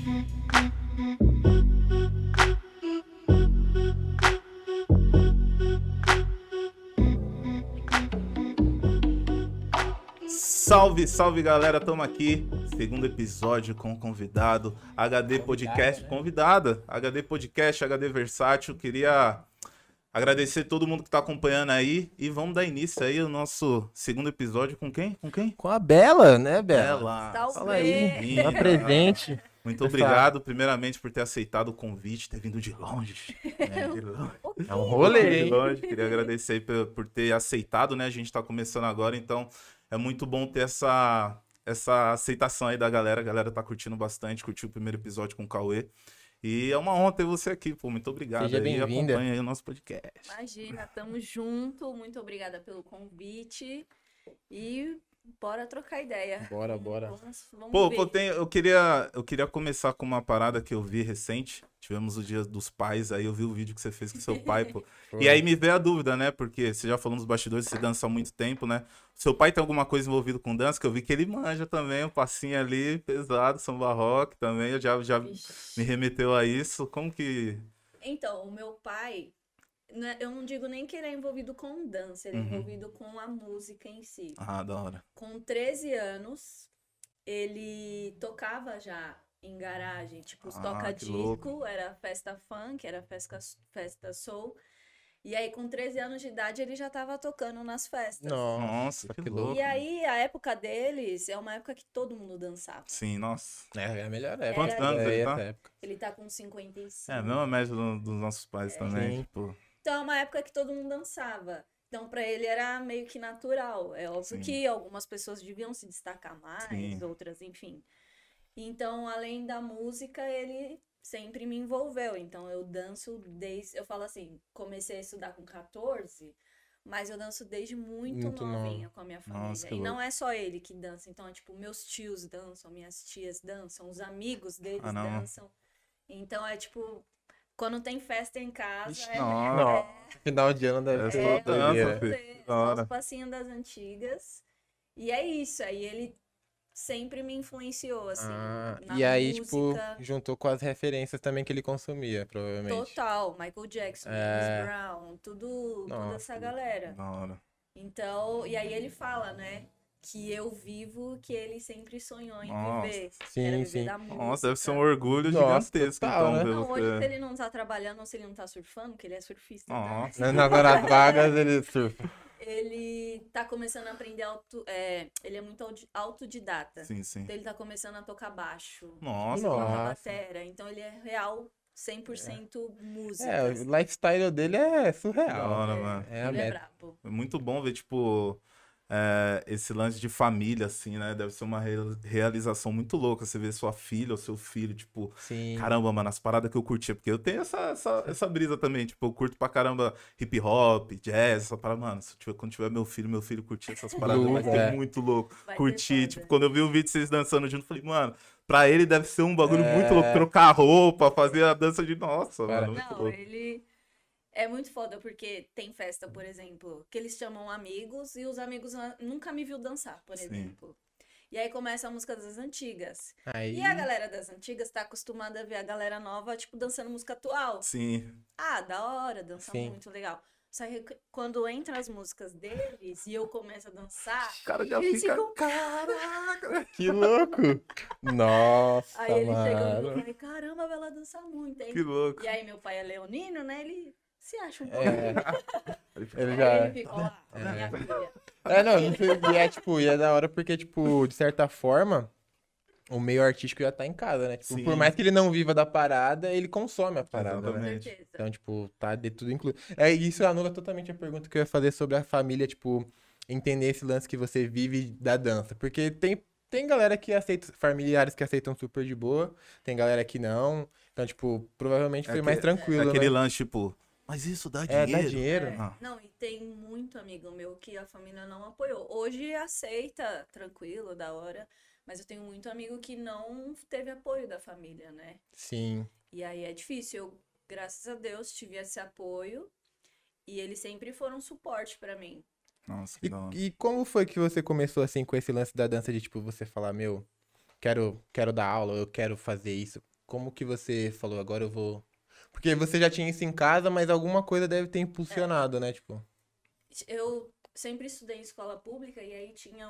Salve, salve galera, tamo aqui, segundo episódio com o convidado, HD Podcast, convidada, HD Podcast, HD Versátil. Queria agradecer todo mundo que tá acompanhando aí e vamos dar início aí ao nosso segundo episódio com quem? Com quem? Com a Bela, né, Bela? Bela, Fala aí, bem-vinda. tá presente. Muito obrigado, primeiramente, por ter aceitado o convite, ter vindo de longe. De longe. É um rolê, De hein? longe. Queria agradecer aí por ter aceitado, né? A gente tá começando agora, então é muito bom ter essa aceitação aí da galera. A galera tá curtindo bastante, curtiu o primeiro episódio com o Cauê. E é uma honra ter você aqui, pô. Muito obrigado. Seja aí. bem-vinda. Acompanha aí o nosso podcast. Imagina, tamo junto. Muito obrigada pelo convite. E bora trocar ideia. Bora. Vamos Pô, ver. eu queria começar com uma parada que eu vi recente. Tivemos o Dia dos Pais, aí eu vi o vídeo que você fez com seu pai, pô. E aí me veio a dúvida, né? Porque você já falou nos bastidores, você dança há muito tempo, né? Seu pai tem alguma coisa envolvida com dança? Que eu vi que ele manja também, um passinho ali, pesado, samba rock também. Já Vixe. me remeteu a isso. Como que... Então, o meu pai, eu não digo nem que ele é envolvido com dança, ele é envolvido com a música em si. Ah, da hora. Com 13 anos, ele tocava já em garagem, tipo, os Ah, que toca-disco, louco. era festa funk, era festa soul. E aí, com 13 anos de idade, ele já tava tocando nas festas. Nossa, que louco. E aí, a época deles é uma época que todo mundo dançava. Sim, nossa. É a melhor época. Quantos anos ele tá? Essa época. Ele tá com 55. É, a mesma média dos nossos pais também, Sim. tipo... Então, é uma época que todo mundo dançava. Então, pra ele era meio que natural. É óbvio Sim. que algumas pessoas deviam se destacar mais, Sim. outras, enfim. Então, além da música, ele sempre me envolveu. Então, eu danço desde... Eu falo assim, comecei a estudar com 14, mas eu danço desde muito Muito novinha nova. com a minha família. Nossa, que E não louco. é só ele que dança. Então, é tipo, meus tios dançam, minhas tias dançam, os amigos deles Ah, não. dançam. Então, é tipo... Quando tem festa em casa, Ixi, é nossa. Final de ano deve É ser só uma dança, doideira. filho. Da só hora. os passinhos das antigas. E é isso. Aí ele sempre me influenciou, assim, na E aí, tipo, música. juntou com as referências também que ele consumia, provavelmente. Total. Michael Jackson, James Brown, toda Nossa, essa galera. Da hora. Então, e aí ele fala, né? Que eu vivo o que ele sempre sonhou em Nossa. viver. Sim, Era viver sim. da música. Nossa, deve ser um orgulho Nossa, gigantesco, total, então, né? ver Não, hoje se você. ele não tá trabalhando ou se ele não tá surfando, que ele é surfista, tá? Nossa. Nas horas vagas ele surfa. Ele tá começando a aprender ele é muito autodidata. Sim, sim. Então ele tá começando a tocar baixo. Nossa, Nossa. Tocar batera. Então ele é real 100% música. É, o lifestyle dele é da surreal. hora, mano. É a Ele é meta. brabo. É muito bom ver, tipo, esse lance de família, assim, né? Deve ser uma realização muito louca. Você ver sua filha ou seu filho, tipo, Sim. caramba, mano, as paradas que eu curtia. Porque eu tenho essa brisa também. Tipo, eu curto pra caramba hip hop, jazz, essa parada. Mano, quando tiver meu filho curtir essas paradas, vai ser É. muito louco. Vai ser Curtir. foda. Tipo, quando eu vi o vídeo de vocês dançando junto, eu falei, mano, pra ele deve ser um bagulho É. muito louco. Trocar roupa, fazer a dança de nossa, Cara. mano. Muito Não, louco. ele é muito foda porque tem festa, por exemplo, que eles chamam amigos e os amigos nunca me viu dançar, por Sim. exemplo. E aí começa a música das antigas. Aí... E a galera das antigas tá acostumada a ver a galera nova, tipo, dançando música atual. Sim. Ah, da hora, dança Sim. muito legal. Só que quando entra as músicas deles e eu começo a dançar, O cara já eles fica. ficam, Caraca! Que louco! Nossa, aí eles chegam e mano. falam, caramba, ela dança muito, hein? Que louco. E aí meu pai é leonino, né? Ele se acha um pouco. É, ele Aí já... ele fica, ó lá, minha filha. Não, e é tipo, e é da hora porque, tipo, de certa forma, o meio artístico já tá em casa, né? Tipo, Sim. por mais que ele não viva da parada, ele consome a parada, né? Com Exatamente. certeza. Então, tipo, tá de tudo incluído. É, isso anula totalmente a pergunta que eu ia fazer sobre a família, tipo, entender esse lance que você vive da dança. Porque tem galera que aceita, familiares que aceitam super de boa, tem galera que não. Então, tipo, provavelmente foi mais tranquilo, Aquele né? lance, tipo, mas isso dá É, dinheiro. dá dinheiro. É, Ah. não, e tem muito amigo meu que a família não apoiou. Hoje aceita, tranquilo, da hora. Mas eu tenho muito amigo que não teve apoio da família, né? Sim. E aí é difícil. Eu, graças a Deus, tive esse apoio. E eles sempre foram um suporte pra mim. Nossa, que da hora. E como foi que você começou, assim, com esse lance da dança de, tipo, você falar, meu, quero dar aula, eu quero fazer isso. como que você falou, agora eu vou... Porque você já tinha isso em casa, mas alguma coisa deve ter impulsionado, né? Tipo, Eu sempre estudei em escola pública e aí tinha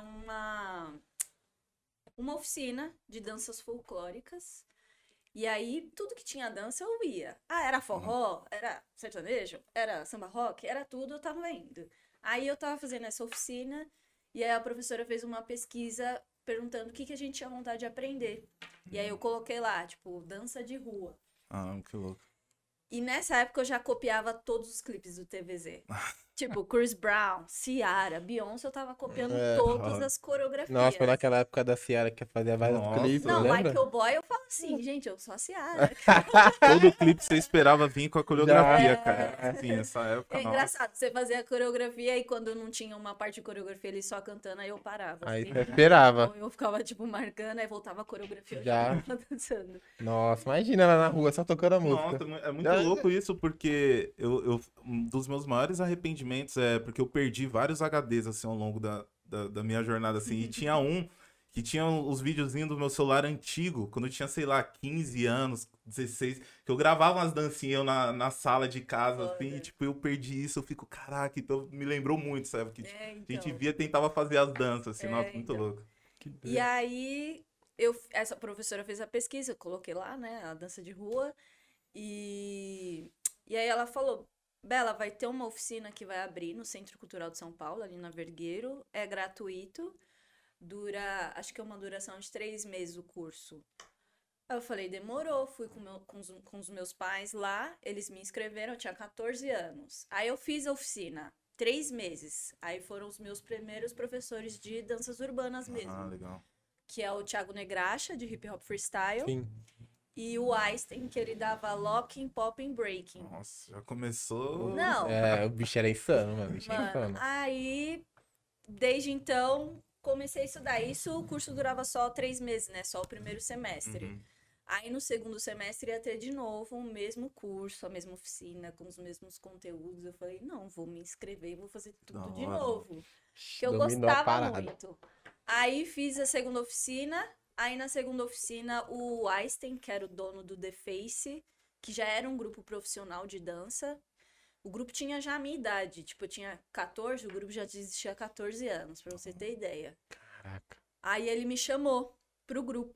uma oficina de danças folclóricas. E aí, tudo que tinha dança eu ia. Ah, era forró, era sertanejo, era samba rock, era tudo, eu tava indo. Aí eu tava fazendo essa oficina e aí a professora fez uma pesquisa perguntando o que que a gente tinha vontade de aprender. E aí eu coloquei lá, tipo, dança de rua. Ah, que louco. E nessa época eu já copiava todos os clipes do TVZ. Tipo, Chris Brown, Ciara, Beyoncé, eu tava copiando todas as coreografias. nossa, foi naquela época da Ciara que fazia vários Nossa. clipes, Não, lembra? Michael Boy, eu falo assim, gente, eu sou a Ciara. Todo clipe você esperava vir com a coreografia, Já. cara. Sim, nessa época, É nossa. engraçado, você fazia a coreografia e quando não tinha uma parte de coreografia ele só cantando, aí eu parava. Aí assim. você esperava. Então eu ficava, tipo, marcando, aí voltava a coreografia eu Já. já tava dançando. Nossa, imagina lá na rua, só tocando a música. Nossa, é muito Já- louco isso, porque um dos meus maiores arrependimentos é porque eu perdi vários HDs, assim, ao longo da minha jornada, assim, e tinha um que tinha os videozinhos do meu celular antigo, quando eu tinha, sei lá, 15 anos, 16, que eu gravava umas dancinhas eu na sala de casa, assim, Foda. e, tipo, eu perdi isso, eu fico, caraca, então me lembrou muito, sabe, que tipo, a gente Então. via, tentava fazer as danças, assim, É, nossa, muito então. louco. E aí, essa professora fez a pesquisa, eu coloquei lá, né, a dança de rua, e aí ela falou, Bela, vai ter uma oficina que vai abrir no Centro Cultural de São Paulo, ali na Vergueiro, é gratuito, dura, acho que é uma duração de 3 meses o curso. Aí eu falei, demorou, fui com os meus pais lá, eles me inscreveram, eu tinha 14 anos. Aí eu fiz a oficina, 3 meses. Aí foram os meus primeiros professores de danças urbanas mesmo. Ah, legal. Que é o Thiago Negraxa, de hip hop freestyle, Sim. e o Einstein, que ele dava locking, popping, breaking. Nossa, já começou... Não, É, o bicho era insano, mano. O bicho era mano, insano. aí, desde então, comecei a estudar. Isso, o curso durava só 3 meses, né? Só o primeiro semestre. Uhum. Aí, no segundo semestre, ia ter de novo o mesmo curso, a mesma oficina, com os mesmos conteúdos. Eu falei, não, vou me inscrever e vou fazer tudo Da de hora. novo. Que eu Dominou a gostava parada. muito. Aí, fiz a segunda oficina. Aí, na segunda oficina, o Einstein, que era o dono do The Face, que já era um grupo profissional de dança. O grupo tinha já a minha idade. Tipo, eu tinha 14, o grupo já existia há 14 anos, pra você ter ideia. Caraca. Aí ele me chamou pro grupo.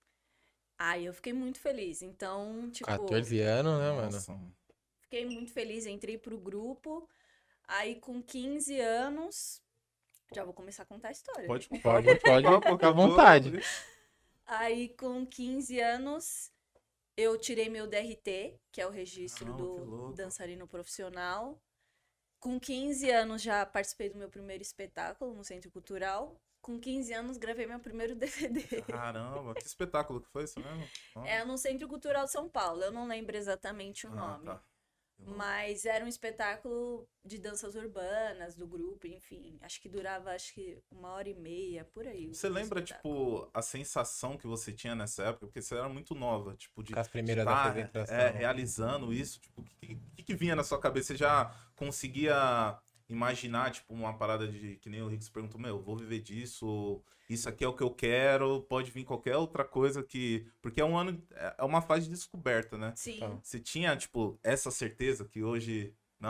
Aí eu fiquei muito feliz. Então, tipo, 14 anos, né, mano? Nossa, fiquei muito feliz, entrei pro grupo. Aí com 15 anos, já vou começar a contar a história. pode contar. Pode, contar, fica à eu tô- vontade. Aí com 15 anos, eu tirei meu DRT, que é o registro Caramba, que do louco. dançarino profissional. Com 15 anos já participei do meu primeiro espetáculo no Centro Cultural. Com 15 anos gravei meu primeiro DVD. Caramba, que espetáculo que foi isso mesmo? É no Centro Cultural de São Paulo, eu não lembro exatamente o nome. Tá. Mas era um espetáculo de danças urbanas do grupo, enfim. Acho que durava, 1h30, por aí. Você o lembra, espetáculo. tipo, a sensação que você tinha nessa época? Porque você era muito nova, tipo, de Com as primeiras estar apresentações. realizando isso. Tipo, o que vinha na sua cabeça? Você já conseguia imaginar, tipo, uma parada de, que nem o Rick perguntou, meu, vou viver disso, isso aqui é o que eu quero, pode vir qualquer outra coisa que... Porque é um ano, é uma fase de descoberta, né? Sim. Tá. Você tinha, tipo, essa certeza que hoje... Não?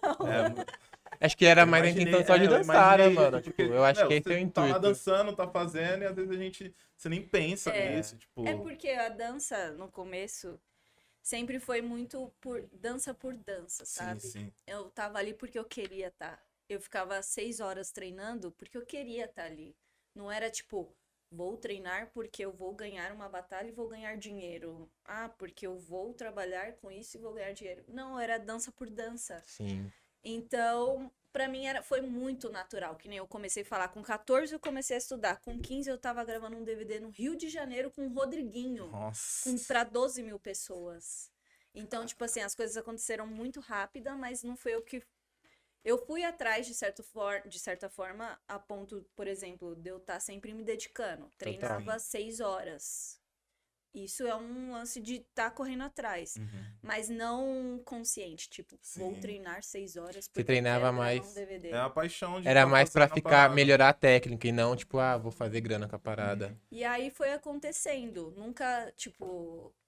É, Acho que era eu mais a imaginei- intenção só de eu dançar, né, imaginei, mano? porque, Tipo, eu acho meu, que esse é o você tá lá intuito. dançando, tá fazendo, e às vezes você nem pensa É. nisso, tipo... É porque a dança, no começo, sempre foi muito por dança, sabe? Sim. Eu tava ali porque eu queria estar. Eu ficava 6 horas treinando porque eu queria estar ali. Não era tipo, vou treinar porque eu vou ganhar uma batalha e vou ganhar dinheiro. Ah, porque eu vou trabalhar com isso e vou ganhar dinheiro. Não, era dança por dança. Sim. Então, pra mim foi muito natural, que nem eu comecei a falar. Com 14 eu comecei a estudar, com 15 eu tava gravando um DVD no Rio de Janeiro com o Rodriguinho, Nossa. pra 12 mil pessoas. Então, tipo assim, as coisas aconteceram muito rápida, mas não foi o que... Eu fui atrás, de certa forma, a ponto, por exemplo, de eu estar sempre me dedicando. Treinava 6 horas. Isso é um lance de estar correndo atrás. Mas não consciente. Tipo, vou Sim. treinar 6 horas Você porque eu treinava quero gravar mais- um DVD. É a paixão de Era tá mais pra fazendo a ficar, parada. melhorar a técnica e não, tipo, vou fazer grana com a parada. E aí foi acontecendo. Nunca, tipo...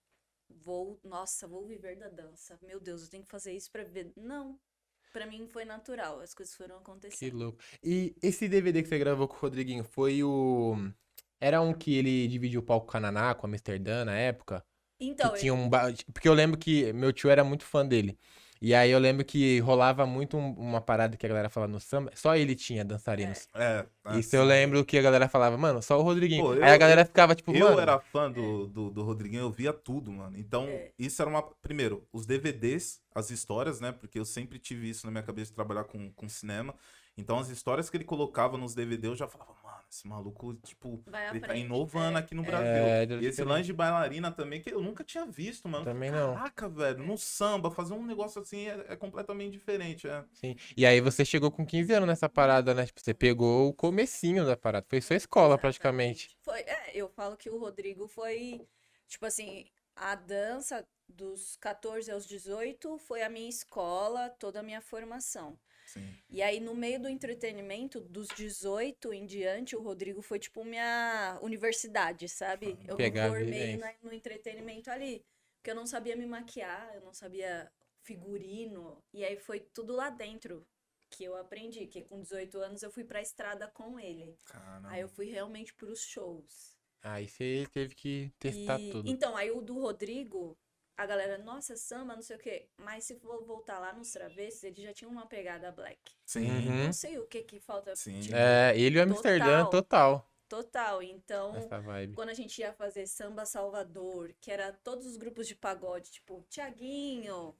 nossa, vou viver da dança. Meu Deus, eu tenho que fazer isso pra viver. Não. Pra mim foi natural, as coisas foram Que acontecendo. louco. E esse DVD que você gravou com o Rodriguinho, foi o... Era um que ele dividiu o palco com a Naná, com a Amsterdã na época? Que Então, tinha um... Porque eu lembro que meu tio era muito fã dele. E aí eu lembro que rolava muito uma parada que a galera falava no samba. Só ele tinha dançarinos. Isso eu assim. lembro que a galera falava, mano, só o Rodriguinho. Pô, Aí a galera ficava tipo, eu mano... era fã do Rodriguinho, eu via tudo, mano. Então, É. isso era uma. Primeiro, os DVDs, as histórias, né? Porque eu sempre tive isso na minha cabeça de trabalhar com cinema. Então, as histórias que ele colocava nos DVD, eu já falava, mano, esse maluco, tipo, Vai à ele tá frente. inovando aqui no Brasil. É, E esse diferente. lance de bailarina também, que eu nunca tinha visto, mano. Também não. Caraca, velho, no samba, fazer um negócio assim é completamente diferente, é. Sim. E aí você chegou com 15 anos nessa parada, né? Tipo, você pegou o comecinho da parada. Foi sua escola, praticamente. Foi, eu falo que o Rodrigo foi, tipo assim, a dança dos 14 aos 18 foi a minha escola, toda a minha formação. Sim. E aí, no meio do entretenimento, dos 18 em diante, o Rodrigo foi, tipo, minha universidade, sabe? Eu me Pegar a formei vivência. no entretenimento ali. Porque eu não sabia me maquiar, eu não sabia figurino. E aí foi tudo lá dentro que eu aprendi. Que com 18 anos eu fui pra estrada com ele. Caramba. Aí eu fui realmente pros shows. Aí você teve que testar tudo. Então, aí o do Rodrigo, a galera, nossa, samba, não sei o quê. Mas se for voltar lá nos Travessos, ele já tinha uma pegada black. Sim. Uhum. Não sei o que que falta. Sim. Tipo, É, ele e o Amsterdã, total. total. Então, Essa vibe. quando a gente ia fazer Samba Salvador, que era todos os grupos de pagode, tipo Tiaguinho,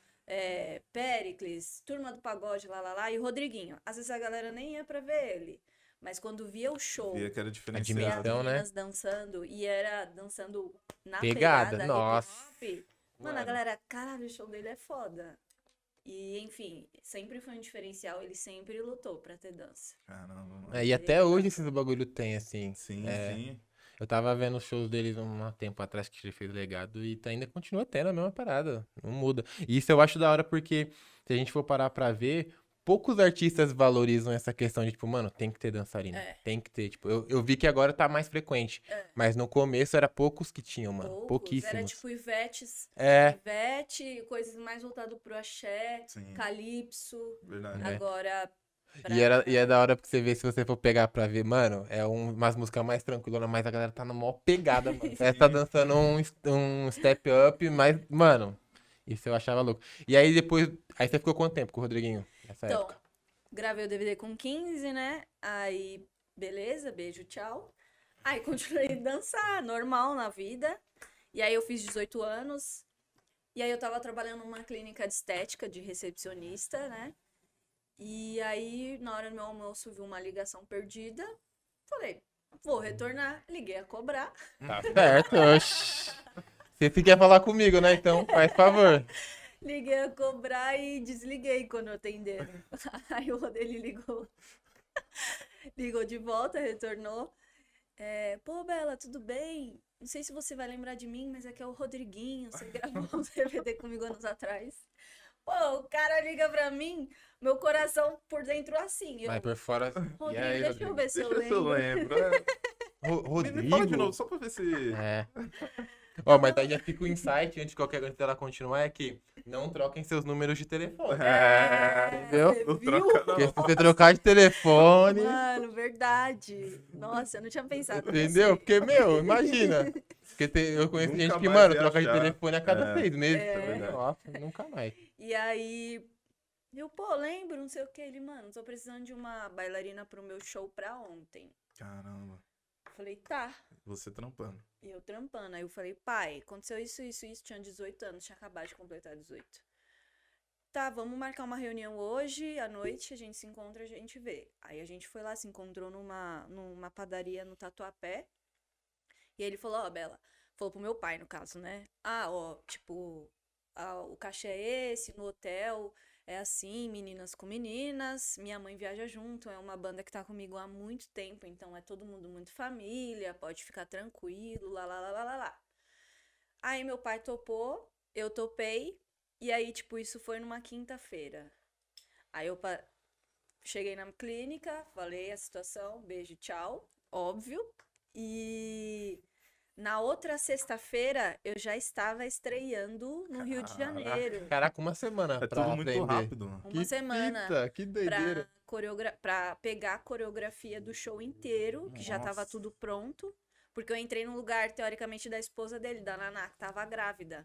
Péricles, Turma do Pagode, lá, e o Rodriguinho. Às vezes a galera nem ia pra ver ele. Mas quando via o show, Via que era e as diferenciado. Então, né? meninas dançando, e era dançando na Pegada, pegada nossa. hip hop, mano, a galera, caralho, o show dele é foda. E, enfim, sempre foi um diferencial, ele sempre lutou pra ter dança. Caramba, mano. É, e até hoje esses bagulho tem, assim. Sim, É, sim. eu tava vendo os shows deles um tempo atrás que ele fez legado e ainda continua tendo a mesma parada. Não muda. E isso eu acho da hora porque, se a gente for parar pra ver, poucos artistas valorizam essa questão de, tipo, mano, tem que ter dançarina. É. Tem que ter. Tipo, eu vi que agora tá mais frequente. Mas no começo era poucos que tinham, mano. Poucos, Pouquíssimos. era tipo Ivetes, É. Ivete, coisas mais voltadas pro axé, Sim. calypso. Verdade. É. Agora, E é da hora porque você vê, se você for pegar pra ver, mano, é umas músicas mais tranquilonas, mas a galera tá na maior pegada, mano. Essa tá dançando um step up, mas, mano, isso eu achava louco. E aí depois, aí você ficou quanto tempo com o Rodriguinho nessa Então, época? gravei o DVD com 15, né? Aí, beleza, beijo, tchau. Aí continuei a dançar, normal na vida. E aí eu fiz 18 anos. E aí eu tava trabalhando numa clínica de estética de recepcionista, né? E aí, na hora do meu almoço, vi uma ligação perdida. Falei, vou retornar. Liguei a cobrar. Tá certo, oxi. Você quer falar comigo, né? Então, faz favor. Liguei a cobrar e desliguei quando atenderam. Aí o Rodrigo ligou. Ligou de volta, retornou. Pô, Bela, tudo bem? Não sei se você vai lembrar de mim, mas aqui é o Rodriguinho. Você gravou um DVD comigo anos atrás. Pô, o cara liga pra mim, meu coração por dentro assim. Eu, Mas por fora. E Rodrigo, aí, deixa eu Rodrigo? ver se eu Deixa eu lembro. lembro. Me fala de Rodrigo? novo, só pra ver se. É. Ó, mas aí já fica o insight antes de qualquer coisa dela continuar, é que não troquem seus números de telefone. Entendeu? Você Não viu? troca, Porque se não. você trocar de telefone, Mano, verdade. Nossa, eu não tinha pensado nisso. entendeu? Porque, meu, imagina. Porque eu conheço Nunca gente que, mais mano, ia troca de achar. telefone a cada É. 6 meses. É verdade. Nossa, nunca mais. E aí, pô, lembro, não sei o que. Ele, mano, tô precisando de uma bailarina pro meu show pra ontem. Caramba, Falei, tá. você trampando. E eu trampando. Aí eu falei, pai, aconteceu isso. Tinha 18 anos, tinha acabado de completar 18. Tá, vamos marcar uma reunião hoje, à noite, a gente se encontra, a gente vê. Aí a gente foi lá, se encontrou numa padaria no Tatuapé. E aí ele falou, ó, Bela, falou pro meu pai, no caso, né? Ah, ó, tipo, o cachê é esse, no hotel é assim, meninas com meninas, minha mãe viaja junto, é uma banda que tá comigo há muito tempo, então é todo mundo muito família, pode ficar tranquilo, lá. Aí meu pai topou, eu topei, e aí, tipo, isso foi numa quinta-feira. Aí eu cheguei na clínica, falei a situação, beijo, tchau, óbvio, e Na outra sexta-feira, eu já estava estreando no Rio de Janeiro. Caraca, uma semana É pra tudo muito aprender. rápido, mano. Uma semana. Fita, que doideira. Pra pegar a coreografia do show inteiro, que já tava Nossa. tudo pronto. Porque eu entrei no lugar, teoricamente, da esposa dele, da Naná, que tava grávida.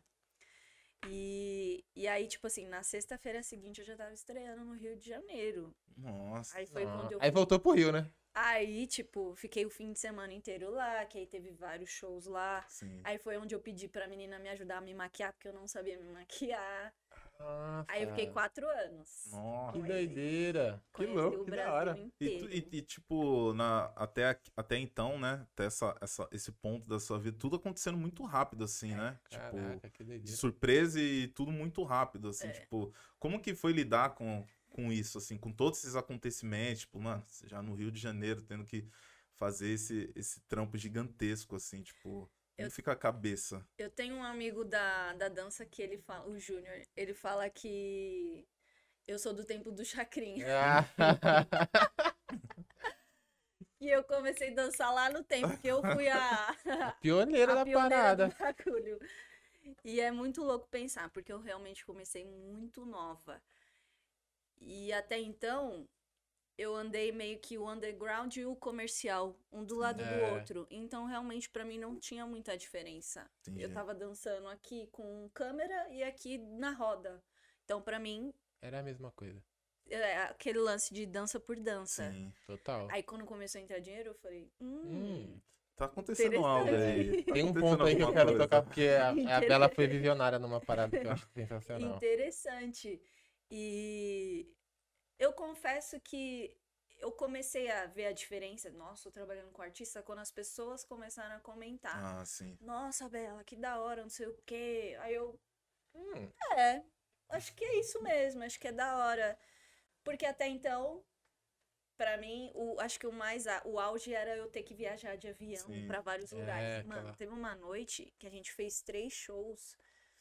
E aí, tipo assim, na sexta-feira seguinte eu já tava estreando no Rio de Janeiro. Nossa. Aí foi quando eu Aí fui. voltou pro Rio, né? Aí, tipo, fiquei o fim de semana inteiro lá, que aí teve vários shows lá. Sim. Aí foi onde eu pedi pra menina me ajudar a me maquiar, porque eu não sabia me maquiar. Nossa, Aí eu fiquei 4 anos. Nossa. que com ele. doideira. Que Conheci louco, o que Brasil da hora. inteiro. Tipo, até então, né? Até esse ponto da sua vida, tudo acontecendo muito rápido, assim, né? Tipo, Caraca, que de doideira. surpresa e tudo muito rápido, assim, tipo, como que foi lidar com isso, assim, com todos esses acontecimentos, tipo, mano, você já no Rio de Janeiro, tendo que fazer esse trampo gigantesco, assim, tipo, como fica a cabeça? Eu tenho um amigo da dança que ele fala, o Júnior, ele fala que eu sou do tempo do Chacrinha. Ah, E eu comecei a dançar lá no tempo, que eu fui pioneira a da pioneira parada. do bagulho. E é muito louco pensar, porque eu realmente comecei muito nova. E até então, eu andei meio que o underground e o comercial, um do lado do É. outro. Então, realmente, pra mim, não tinha muita diferença. Entendi. Eu tava dançando aqui com câmera e aqui na roda. Então, pra mim, Era a mesma coisa. é aquele lance de dança por dança. Sim. Total. Aí, quando começou a entrar dinheiro, eu falei, Tá acontecendo Interessante. algo aí. Tá Tem um acontecendo ponto aí que eu alguma quero coisa. tocar, porque a Bela foi visionária numa parada que eu acho sensacional. interessante. E eu confesso que eu comecei a ver a diferença. Nossa, tô trabalhando com artista quando as pessoas começaram a comentar. Ah, sim. Nossa, Bela, que da hora, não sei o quê. Aí eu, Hum, acho que é isso mesmo, acho que é da hora. Porque até então, pra mim, acho que o auge era eu ter que viajar de avião Sim. pra vários lugares. Mano, aquela- teve uma noite que a gente fez 3 shows.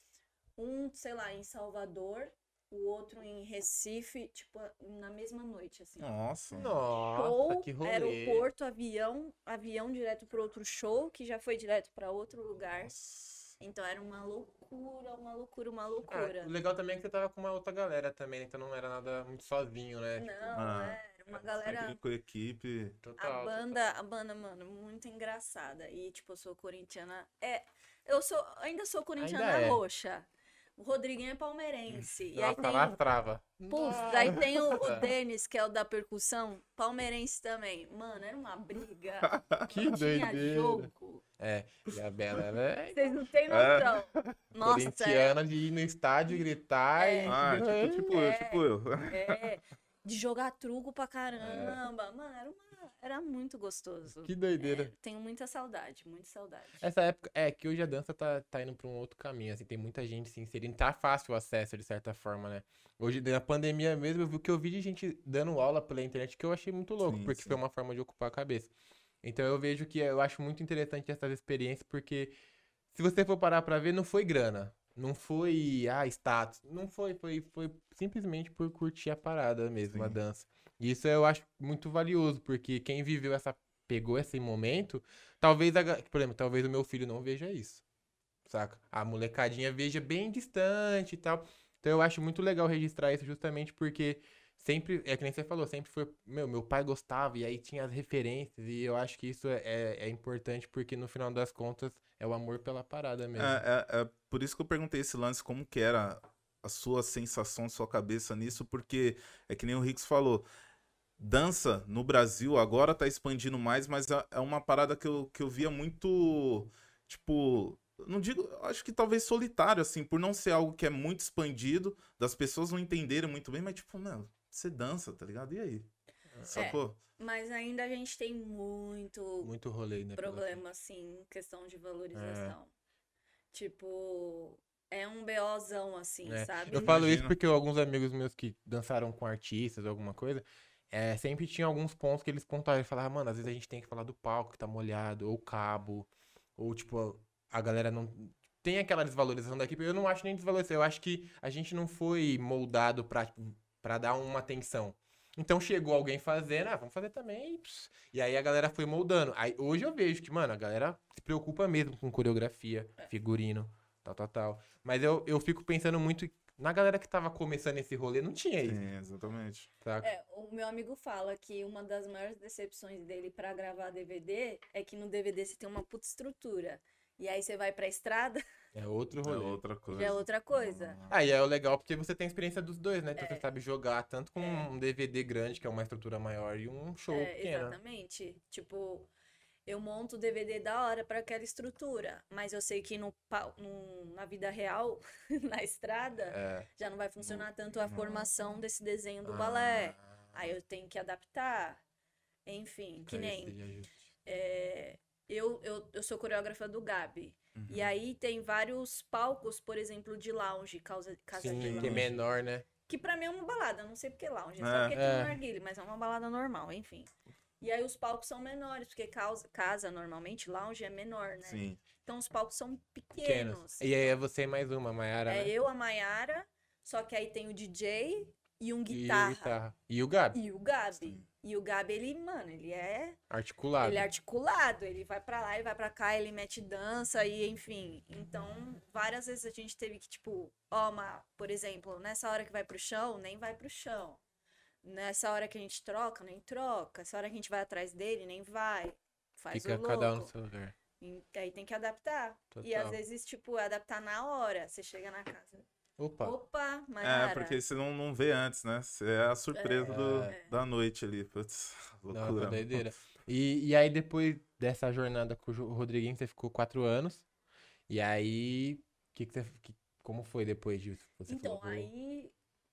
Um, sei lá, em Salvador, o outro em Recife, tipo, na mesma noite, assim. Nossa. Nossa, Show, que rolê. aeroporto, avião direto pro outro show, que já foi direto pra outro lugar. Nossa. Então era uma loucura, uma loucura, uma Ah, loucura. o legal também é que você tava com uma outra galera também, né? Então não era nada muito sozinho, né? Tipo, Não, Ah, era uma galera. Sempre com a equipe. total. A banda, mano, muito engraçada. E, tipo, eu sou corintiana. Ainda sou corintiana Ainda é. roxa. O Rodriguinho é palmeirense. E aí Nossa, tem. lastrava. Puf, daí tem o Denis, que é o da percussão, palmeirense também. Mano, era uma briga. Que Tinha doideira. jogo. É, e a Bela, ela é Vocês não têm noção. Nossa, corintiana de ir no estádio gritar e... Ah, tipo eu. de jogar truco pra caramba. Mano, era muito gostoso. Que doideira. Tenho muita saudade, muita saudade. Essa época, que hoje a dança tá indo pra um outro caminho, assim, tem muita gente se inserindo, tá fácil o acesso, de certa forma, né? Hoje, na pandemia mesmo, eu vi o que eu vi de gente dando aula pela internet, que eu achei muito louco, Sim, porque sim. foi uma forma de ocupar a cabeça. Então eu vejo que eu acho muito interessante essas experiências, porque se você for parar pra ver, não foi grana, não foi, status, não foi simplesmente por curtir a parada mesmo, a Sim. dança. E isso eu acho muito valioso, porque quem pegou esse momento, talvez, por exemplo, talvez o meu filho não veja isso, saca? A molecadinha veja bem distante e tal. Então eu acho muito legal registrar isso justamente porque sempre, é que nem você falou, sempre foi, meu pai gostava e aí tinha as referências e eu acho que isso é importante porque no final das contas é o amor pela parada mesmo. É por isso que eu perguntei esse lance, como que era a sua sensação, sua cabeça nisso, porque é que nem o Rix falou, dança no Brasil agora tá expandindo mais, mas é uma parada que eu via muito, tipo, não digo, acho que talvez solitário, assim, por não ser algo que é muito expandido, das pessoas não entenderem muito bem, mas tipo, meu, você dança, tá ligado? E aí? Sacou? Mas ainda a gente tem muito Muito rolê, né? problema, assim, em questão de valorização. Tipo, é um BOzão, assim, sabe? Eu falo isso Imagino. porque alguns amigos meus que dançaram com artistas ou alguma coisa, sempre tinha alguns pontos que eles pontuavam. Eles falavam, mano, às vezes a gente tem que falar do palco que tá molhado, ou cabo, ou tipo, a galera não. Tem aquela desvalorização da equipe. Eu não acho nem desvalorização. Eu acho que a gente não foi moldado pra dar uma atenção. Então chegou alguém fazendo, vamos fazer também. E aí a galera foi moldando. Aí hoje eu vejo que, mano, a galera se preocupa mesmo com coreografia, figurino, tal, tal, tal. Mas eu fico pensando muito na galera que tava começando esse rolê, não tinha isso, Sim, exatamente. saca? O meu amigo fala que uma das maiores decepções dele pra gravar DVD é que no DVD você tem uma puta estrutura. E aí você vai pra estrada, É outro É rolê. outra coisa. já é outra coisa. Aí é o legal porque você tem experiência dos dois, né? Então É. você sabe jogar tanto com um DVD grande, que é uma estrutura maior, e um show pequeno. Exatamente. Tipo, eu monto o DVD da hora pra aquela estrutura, mas eu sei que na vida real, na estrada, É. já não vai funcionar tanto a formação desse desenho do Ah. balé. Aí eu tenho que adaptar. Enfim, que Pra nem. esse ajuste. Eu sou coreógrafa do Gabi. E aí tem vários palcos, por exemplo, de lounge, casa de Sim, lounge. que é menor, né? Que pra mim é uma balada, não sei porque lounge, É. só porque tem É. um narguilé, mas é uma balada normal, enfim. E aí os palcos são menores, porque casa normalmente, lounge é menor, né? Sim. Então os palcos são Pequenos. pequenos. E aí é você e mais uma, Mayara, É né? eu, a Mayara, só que aí tem o DJ e um E guitarra. guitarra. E o Gabi, E o Gabi. Sim. E o Gabi, ele, mano, ele é articulado. articulado, ele vai pra lá, ele vai pra cá, ele mete dança e enfim. Então, várias vezes a gente teve que, tipo, por exemplo, nessa hora que vai pro chão, nem vai pro chão. Nessa hora que a gente troca, nem troca. Essa hora que a gente vai atrás dele, nem vai. Faz Fica o louco. cada um no seu lugar. Aí tem que adaptar. E Total. às vezes, tipo, adaptar na hora. Você chega na casa. Opa. Opa, Mayara. É, porque você não vê antes, né? Você é a surpresa da noite ali. Putz, Não, loucura. foi doideira. E aí, depois dessa jornada com o Rodriguinho, você ficou 4 anos. E aí, como foi depois disso? Você Então, falou, aí,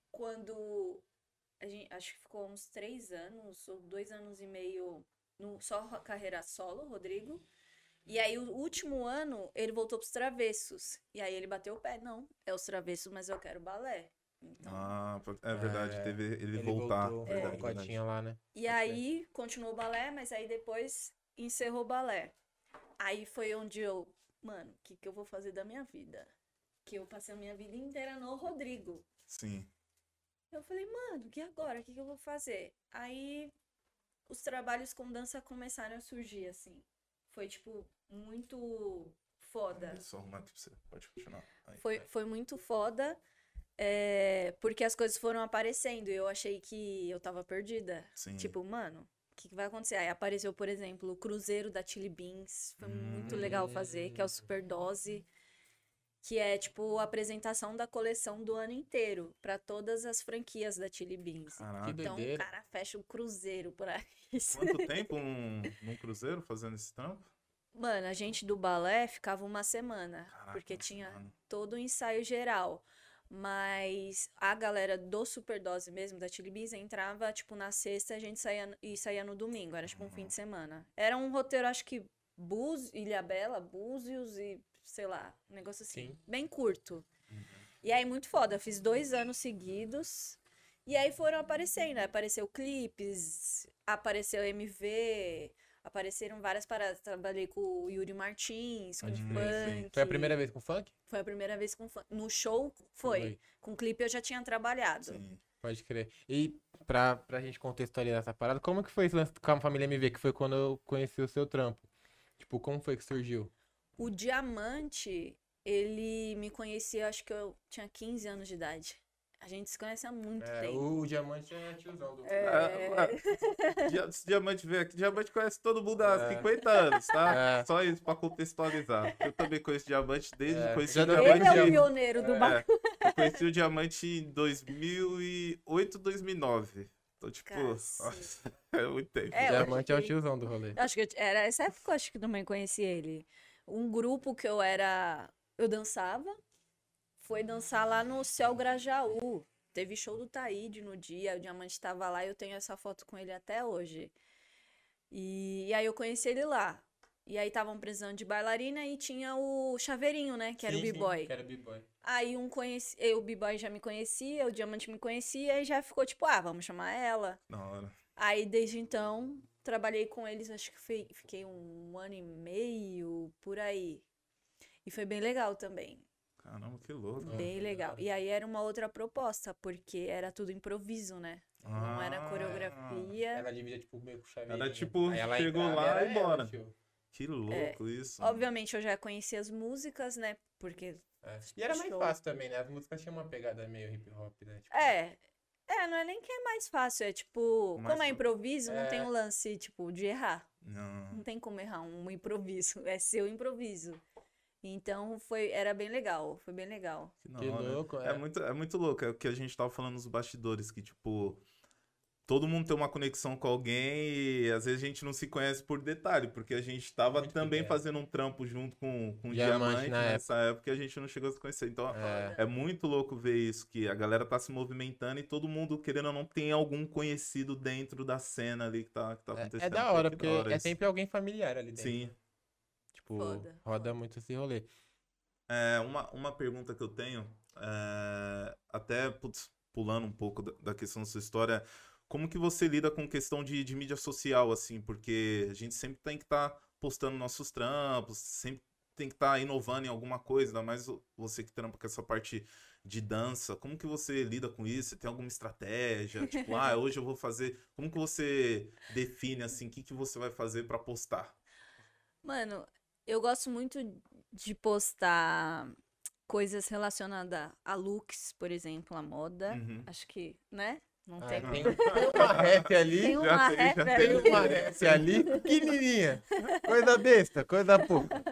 quando a gente, acho que ficou uns 3 anos ou 2 anos e meio só carreira solo, Rodrigo. E aí, o último ano, ele voltou pros Travessos. E aí, ele bateu o pé. Não, é os Travessos, mas eu quero balé. Então, Ah, é verdade, É, teve ele voltar. voltou, Verdade, com a verdade. cotinha lá, né? e aí, continuou o balé, mas aí depois encerrou o balé. Aí foi onde mano, o que eu vou fazer da minha vida? Que eu passei a minha vida inteira no Rodrigo. Sim. Eu falei, mano, e agora? O que eu vou fazer? Aí os trabalhos com dança começaram a surgir, assim. Foi, tipo, muito foda. Só arrumar aqui pra você. Pode continuar. Aí. Foi muito foda, porque as coisas foram aparecendo e eu achei que eu tava perdida. Sim. Tipo, mano, o que vai acontecer? Aí apareceu, por exemplo, o Cruzeiro da Chili Beans. Foi muito legal fazer, que é o Superdose. Que é, tipo, a apresentação da coleção do ano inteiro pra todas as franquias da Chili Beans. Caraca. Que Então, o doideira. cara fecha o cruzeiro por aí. Quanto tempo num cruzeiro fazendo esse trampo? Mano, a gente do balé ficava uma semana, Caraca, porque uma tinha semana. todo o ensaio geral. Mas a galera do Superdose mesmo, da Chili Beans, entrava, tipo, na sexta, a gente saía no domingo. Era, tipo, um fim de semana. Era um roteiro, acho que, Ilhabela, Búzios e, sei lá, um negócio assim. Sim. Bem curto. E aí, muito foda. Eu fiz 2 anos seguidos. E aí foram aparecendo. Apareceu clipes, apareceu MV, apareceram várias paradas. Trabalhei com o Yuri Martins, com Pode crer, funk. Foi a primeira vez com funk? Foi a primeira vez com funk. No show foi. Com clipe eu já tinha trabalhado. Sim. Pode crer. E pra gente contextualizar essa parada, como que foi esse lance com a família MV, que foi quando eu conheci o seu trampo? Tipo, como foi que surgiu? O Diamante, ele me conhecia, acho que eu tinha 15 anos de idade. A gente se conhece há muito tempo. O Diamante é tiozão do... Esse Diamante veio aqui. Diamante conhece todo mundo há 50 anos, tá? É. Só isso pra contextualizar. Eu também conheço Diamante desde que conheci Já o deu Diamante. Ele é o pioneiro do bar. Eu conheci o Diamante em 2008, 2009. Então, tipo, Cacete. nossa, é muito tempo. É, O Diamante é o acho que- tiozão do rolê. Acho que era essa época, eu acho que também conheci ele. Um grupo que eu dançava, foi dançar lá no Céu Grajaú. Teve show do Taíde no dia, o Diamante estava lá e eu tenho essa foto com ele até hoje. E aí eu conheci ele lá. E aí estavam precisando de bailarina e tinha o Chaveirinho, né? Que era o B-Boy. Que era o B-Boy. Aí o B-Boy já me conhecia, o Diamante me conhecia e já ficou tipo, vamos chamar ela. Na hora. Aí desde então, trabalhei com eles, acho que fiquei 1 ano e meio por aí. E foi bem legal também. Caramba, que louco. Bem legal. E aí era uma outra proposta, porque era tudo improviso, né? Não era coreografia. Ela dividia, tipo, meio com chaveirinho. Era tipo, Aí ela chegou entrava lá era e bora. ela, tio. Que louco isso. Obviamente eu já conhecia as músicas, né? Porque. E era mais Show. fácil também, né? As músicas tinham uma pegada meio hip hop, né? Tipo, Não é nem que é mais fácil, é tipo, Mais como é fa- improviso, não tem um lance, tipo, de errar. Não. Não tem como errar um improviso, é seu improviso. Então era bem legal, foi bem legal. Que, da Que hora. louco, É muito louco. É o que a gente tava falando nos bastidores, que, tipo, todo mundo tem uma conexão com alguém e às vezes a gente não se conhece por detalhe, porque a gente tava Muito também pequeno. fazendo um trampo junto com Diamante Diamante na nessa época e a gente não chegou a se conhecer. Então é muito louco ver isso, que a galera tá se movimentando e todo mundo, querendo ou não, tem algum conhecido dentro da cena ali que tá acontecendo. É da hora, Que porque da hora é isso. sempre alguém familiar ali dentro. Sim. Tipo, Foda, roda foda. muito esse rolê. Uma pergunta que eu tenho, até pulando um pouco da questão da sua história, como que você lida com questão de mídia social, assim? Porque a gente sempre tem que estar postando nossos trampos, sempre tem que estar inovando em alguma coisa, ainda mais você que trampa com essa parte de dança. Como que você lida com isso? Você tem alguma estratégia? Tipo, hoje eu vou fazer... Como que você define, assim, o que você vai fazer pra postar? Mano, eu gosto muito de postar coisas relacionadas a looks, por exemplo, a moda. Uhum. Acho que, né? Não Ah, tem. tem uma ref ali. Tem Já uma tem, ref já ali. Tem uma ref ali, pequenininha. Coisa besta, coisa pouca.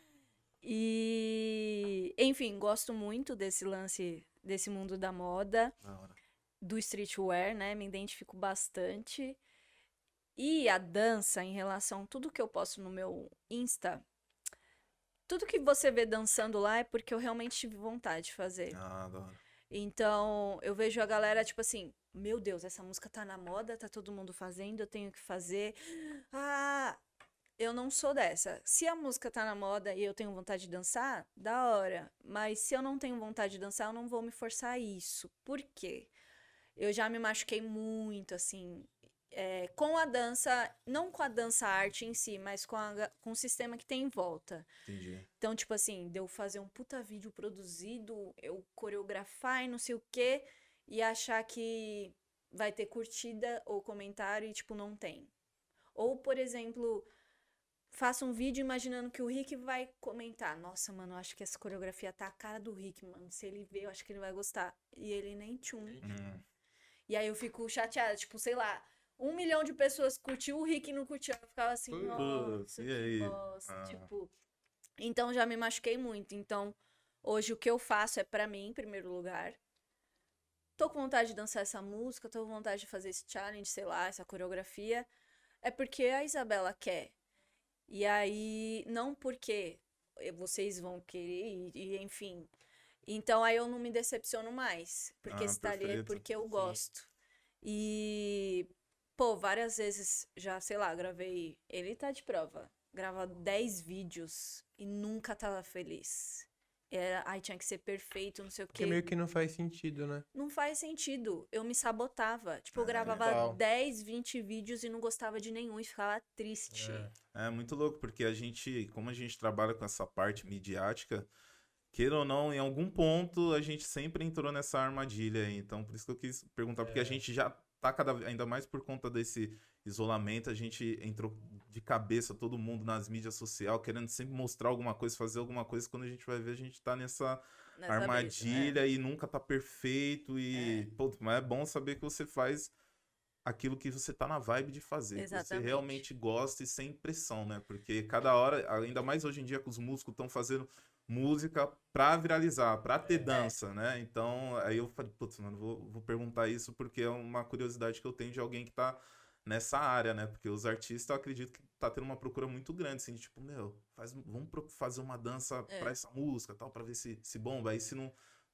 E, enfim, gosto muito desse lance, desse mundo da moda, Da hora. do streetwear, né? Me identifico bastante. E a dança, em relação a tudo que eu posto no meu Insta, tudo que você vê dançando lá é porque eu realmente tive vontade de fazer. Da hora. Então, eu vejo a galera, tipo assim, meu Deus, essa música tá na moda, tá todo mundo fazendo, eu tenho que fazer. Eu não sou dessa. Se a música tá na moda e eu tenho vontade de dançar, da hora. Mas se eu não tenho vontade de dançar, eu não vou me forçar a isso. Por quê? Eu já me machuquei muito, assim, com a dança, não com a dança arte em si, mas com o sistema que tem em volta. Entendi. Então, tipo assim, de eu fazer um puta vídeo produzido, eu coreografar e não sei o quê, e achar que vai ter curtida ou comentário e, tipo, não tem. Ou, por exemplo, faço um vídeo imaginando que o Rick vai comentar. Nossa, mano, eu acho que essa coreografia tá a cara do Rick, mano. Se ele ver, eu acho que ele vai gostar. E ele nem tchum. E aí eu fico chateada, tipo, sei lá, 1 milhão de pessoas curtiu, o Rick não curtiu. Eu ficava assim, nossa, e que aí? bosta. Tipo, então já me machuquei muito. Então, hoje o que eu faço é pra mim, em primeiro lugar. Tô com vontade de dançar essa música, tô com vontade de fazer esse challenge, sei lá, essa coreografia. É porque a Isabela quer. E aí, não porque vocês vão querer, enfim. Então aí eu não me decepciono mais. Porque se tá ali é Perfeito. porque eu Sim. gosto. E, pô, várias vezes já, sei lá, gravei. Ele tá de prova. Grava 10 vídeos e nunca tava feliz. Ai, tinha que ser perfeito, não sei o Porque quê. meio que não faz sentido, né? Não faz sentido. Eu me sabotava. Tipo, eu gravava legal. 10, 20 vídeos e não gostava de nenhum e ficava triste. É muito louco, porque como a gente trabalha com essa parte midiática, queira ou não, em algum ponto a gente sempre entrou nessa armadilha aí. Então, por isso que eu quis perguntar, porque a gente já tá ainda mais por conta desse isolamento, a gente entrou de cabeça, todo mundo nas mídias sociais, querendo sempre mostrar alguma coisa, fazer alguma coisa, quando a gente vai ver, a gente tá nessa armadilha e nunca tá perfeito pô, mas é bom saber que você faz aquilo que você tá na vibe de fazer, que você Exatamente. realmente gosta e sem pressão, né? Porque cada hora, ainda mais hoje em dia que os músicos estão fazendo música pra viralizar, pra ter dança, né? Então, aí eu falei, putz, mano, vou perguntar isso porque é uma curiosidade que eu tenho de alguém que tá nessa área, né? Porque os artistas, eu acredito que tá tendo uma procura muito grande, assim, de tipo, vamos fazer uma dança pra essa música, tal, pra ver se bomba. Aí se não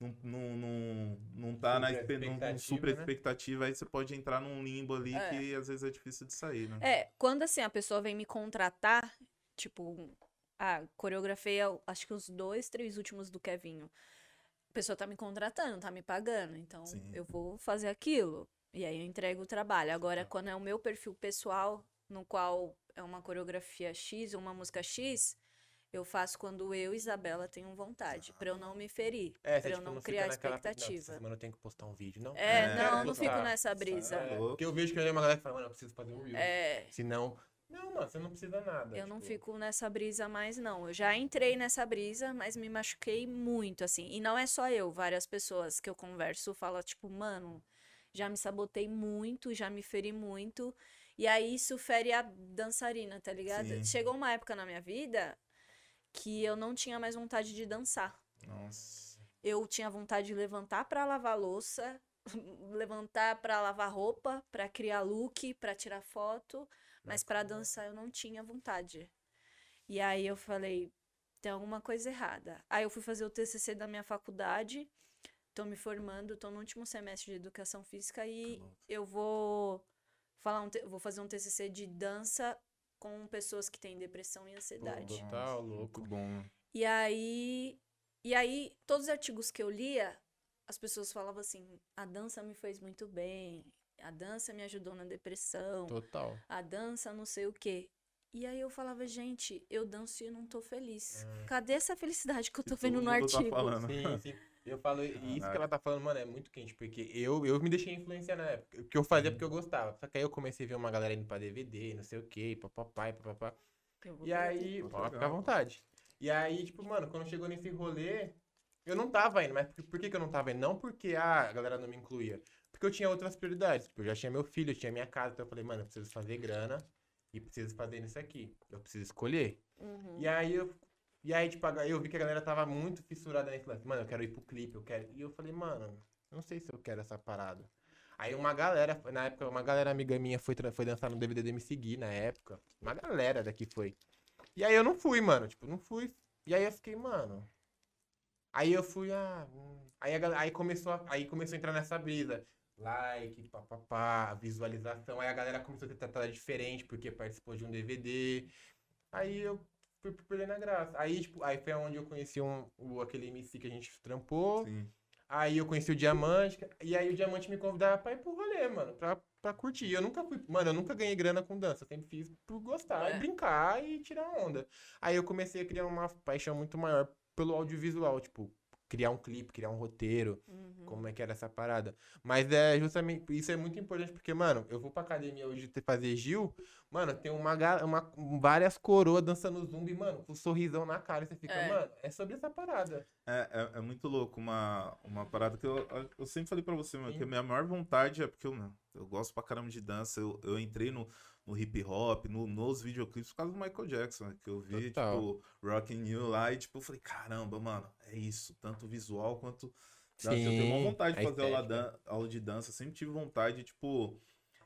tá num super expectativa, aí você pode entrar num limbo ali que às vezes é difícil de sair, né? Quando assim a pessoa vem me contratar, tipo, coreografei acho que os 2, 3 últimos do Kevinho. A pessoa tá me contratando, tá me pagando, então Sim. eu vou fazer aquilo. E aí eu entrego o trabalho. Agora, quando é o meu perfil pessoal, no qual é uma coreografia X ou uma música X, Eu faço quando eu e Isabela tenho vontade, pra eu não me ferir, É, pra você eu tipo, não não criar fica naquela... Não, essa expectativa. semana eu tenho que postar um vídeo, não? É, Quero não, eu não fico postar. nessa brisa. Tá É, louco. porque eu vejo que tem uma galera que fala, mano, eu preciso fazer um Reels. É, Senão... Não, mano, você não precisa nada. eu não tipo, fico nessa brisa mais, não. Eu já entrei nessa brisa, mas me machuquei muito, assim. E não é só eu, várias pessoas que eu converso falam, tipo, mano, já me sabotei muito, já me feri muito. E aí isso fere a dançarina, tá ligado? Sim. Chegou uma época na minha vida que eu não tinha mais vontade de dançar. Nossa. Eu tinha vontade de levantar pra lavar louça, levantar pra lavar roupa, pra criar look, pra tirar foto, mas pra dançar eu não tinha vontade. E aí eu falei, tem alguma coisa errada. Aí eu fui fazer o TCC da minha faculdade, tô me formando, tô no último semestre de educação física e eu vou vou fazer um TCC de dança com pessoas que têm depressão e ansiedade. Total, Nossa, louco. muito bom, mano. E aí, todos os artigos que eu lia, as pessoas falavam assim: a dança me fez muito bem, a dança me ajudou na depressão, Total. a dança não sei o quê. E aí eu falava, gente, eu danço e eu não tô feliz. Cadê essa felicidade que eu tô Que todo vendo no mundo tá artigo? falando. Sim, sim. Eu falo, e isso que Caraca. ela tá falando, mano, é muito quente, porque eu me deixei influenciar na época. O que eu fazia porque eu gostava. Só que aí eu comecei a ver uma galera indo pra DVD, não sei o quê, papapá, papapá. Eu vou E pegar aí, Pô, pode legal, ficar à pô. vontade. E aí, tipo, mano, quando chegou nesse rolê, eu não tava indo. Mas por que que eu não tava indo? Não porque a galera não me incluía. Porque eu tinha outras prioridades. Tipo, eu já tinha meu filho, eu tinha minha casa. Então eu falei, mano, eu preciso fazer grana e preciso fazer isso aqui. Eu preciso escolher. Uhum. E aí, tipo, eu vi que a galera tava muito fissurada nesse lance. Mano, eu quero ir pro clipe, eu quero. E eu falei, mano, eu não sei se eu quero essa parada. Aí uma galera, na época, uma galera amiga minha foi dançar no DVD do Me Seguir na época. Uma galera daqui foi. E aí eu não fui, mano. Tipo, não fui. E aí eu fiquei, mano. Aí eu fui, aí começou a entrar nessa brisa. Like, papapá, visualização. Aí a galera começou a ter tratada diferente porque participou de um DVD. Aí eu fui perdendo a graça. Aí, tipo, aí foi onde eu conheci aquele MC que a gente trampou. Sim. Aí eu conheci o Diamante. E aí o Diamante me convidava pra ir pro rolê, mano. Pra curtir. Eu nunca fui. Mano, eu nunca ganhei grana com dança. Eu sempre fiz por gostar, É. e brincar e tirar onda. Aí eu comecei a criar uma paixão muito maior pelo audiovisual. Tipo, criar um clipe, criar um roteiro. Como é que era essa parada. Mas é justamente. Isso é muito importante porque, mano, eu vou pra academia hoje fazer Gil. Mano, tem várias coroas dançando zumbi, mano, com um sorrisão na cara. E você fica, É. mano, é sobre essa parada. É muito louco uma parada que eu sempre falei pra você, mano, Sim. que a minha maior vontade é porque eu gosto pra caramba de dança. Eu entrei no hip hop, nos videoclipes por causa do Michael Jackson, né, que eu vi, Total. tipo, Rockin' You lá e, tipo, eu falei, caramba, mano, é isso, tanto visual quanto dança. Eu tenho uma Sim, vontade de a fazer estética. aula de dança, sempre tive vontade, tipo,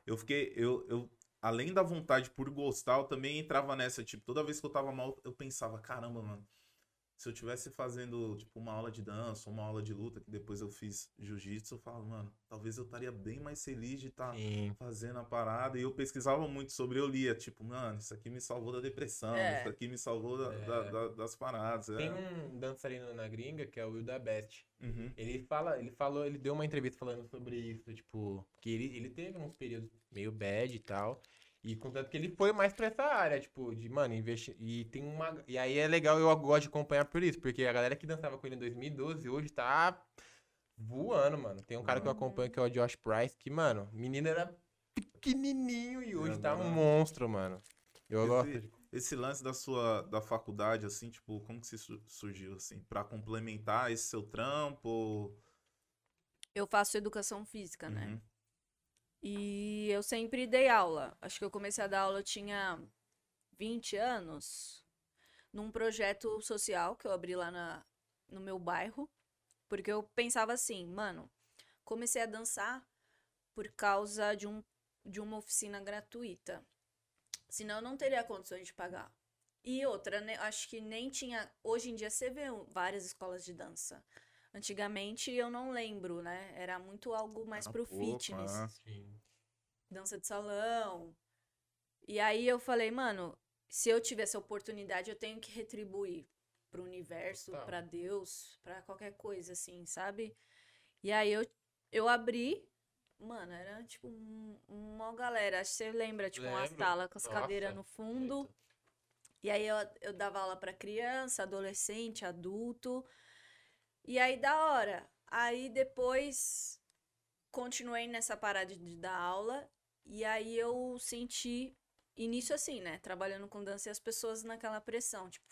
além da vontade por gostar, eu também entrava nessa, tipo, toda vez que eu tava mal, eu pensava, caramba, mano, se eu tivesse fazendo, tipo, uma aula de dança, uma aula de luta, que depois eu fiz jiu-jitsu, eu falo, mano, talvez eu estaria bem mais feliz de estar Sim. fazendo a parada. E eu pesquisava muito sobre, eu lia, tipo, mano, isso aqui me salvou da depressão, É. isso aqui me salvou das paradas. Tem É. um dançarino na gringa que é o Will da Best. Uhum. Ele deu uma entrevista falando sobre isso, tipo, que ele teve uns períodos meio bad e tal. E contanto que ele foi mais pra essa área, tipo, de, mano, investir. E aí é legal, eu gosto de acompanhar por isso, porque a galera que dançava com ele em 2012 hoje tá voando, mano. Tem um cara que eu acompanho que é o Josh Price, que, mano, o menino era pequenininho e hoje tá um agora- monstro, mano. Eu gosto de. Esse lance da faculdade, assim, tipo, como que se surgiu, assim? Pra complementar esse seu trampo? Eu faço educação física, né? Uhum. E eu sempre dei aula. Acho que eu comecei a dar aula, eu tinha 20 anos, num projeto social que eu abri lá no meu bairro. Porque eu pensava assim, mano, comecei a dançar por causa de uma oficina gratuita. Senão eu não teria condições de pagar. E outra, né, acho que nem tinha. Hoje em dia você vê várias escolas de dança. Antigamente eu não lembro, né? Era muito algo mais Era pro pouco, fitness. ah. Sim. Dança de salão. E aí eu falei, mano, se eu tiver essa oportunidade, eu tenho que retribuir pro universo, Total. pra Deus, pra qualquer coisa, assim, sabe? E aí eu abri, mano, era tipo uma galera. Acho que você lembra, tipo, uma Lembro. sala com as Nossa, cadeiras no fundo. muito. E aí eu dava aula pra criança, adolescente, adulto. E aí, da hora. Aí depois continuei nessa parada de dar aula. E aí eu senti início assim, né? Trabalhando com dança e as pessoas naquela pressão, tipo,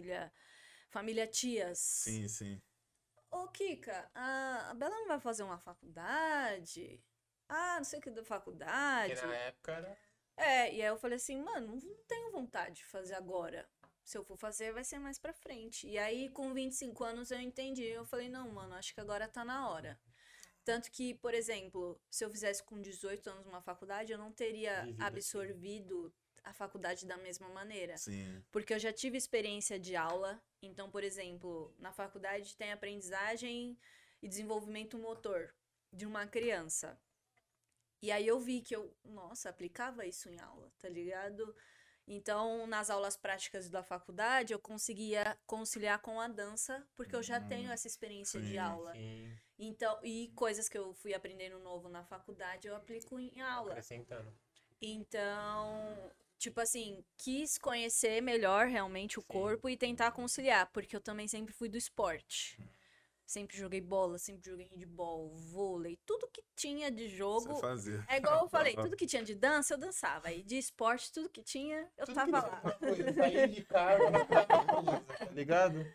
família tias. Sim, sim. Ô, Kika, a Bela não vai fazer uma faculdade? Ah, não sei o que da faculdade. Porque na época era... É, e aí eu falei assim, mano, não tenho vontade de fazer agora. Se eu for fazer, vai ser mais pra frente. E aí, com 25 anos, eu entendi. Eu falei, não, mano, acho que agora tá na hora. Tanto que, por exemplo, se eu fizesse com 18 anos uma faculdade, eu não teria Vivido absorvido a faculdade da mesma maneira. Sim. Porque eu já tive experiência de aula. Então, por exemplo, na faculdade tem aprendizagem e desenvolvimento motor de uma criança. E aí eu vi que nossa, aplicava isso em aula, tá ligado? Então, nas aulas práticas da faculdade, eu conseguia conciliar com a dança, porque eu já tenho essa experiência de sim, aula. Sim, Então, e coisas que eu fui aprendendo novo na faculdade, eu aplico em aula. acrescentando. Então, tipo assim, quis conhecer melhor realmente o corpo e tentar conciliar, porque eu também sempre fui do esporte. Sempre joguei bola, sempre joguei handball, vôlei, tudo que tinha de jogo. Você fazia. É igual eu falei, tudo que tinha de dança, eu dançava. E de esporte, tudo que tinha, eu Tudo tava que lá. eu saía de casa, tá ligado?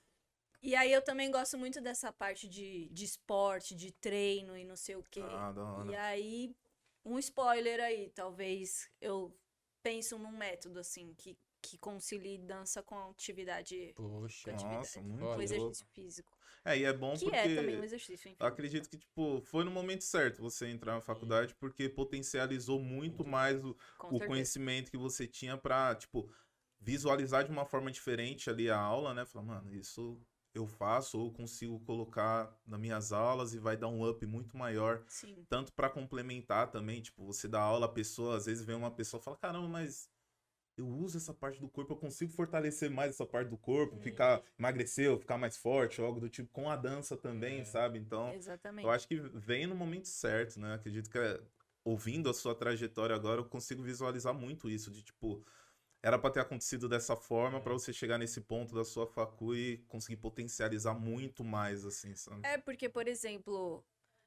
E aí eu também gosto muito dessa parte de esporte, de treino e não sei o quê. Ah, da hora. E aí, um spoiler aí, talvez eu penso num método assim que concilie dança com atividade, Poxa, Nossa, muito com Olha, exercício físico. É, e é bom Que porque é também um exercício, enfim. eu acredito que, tipo, foi no momento certo você entrar na faculdade, porque potencializou muito mais Com o certeza. conhecimento que você tinha pra, tipo, visualizar de uma forma diferente ali a aula, né? Falar, mano, isso eu faço ou consigo colocar nas minhas aulas e vai dar um up muito maior. Sim. Tanto pra complementar também, tipo, você dá aula, a pessoa, às vezes vem uma pessoa e fala, caramba, mas eu uso essa parte do corpo, eu consigo fortalecer mais essa parte do corpo, ficar, emagrecer ou ficar mais forte, ou algo do tipo, com a dança também, sabe? Então, eu Exatamente. acho que vem no momento certo, né? Acredito que ouvindo a sua trajetória agora, eu consigo visualizar muito isso, de tipo, era pra ter acontecido dessa forma, pra você chegar nesse ponto da sua facu e conseguir potencializar muito mais, assim, sabe? É porque, por exemplo,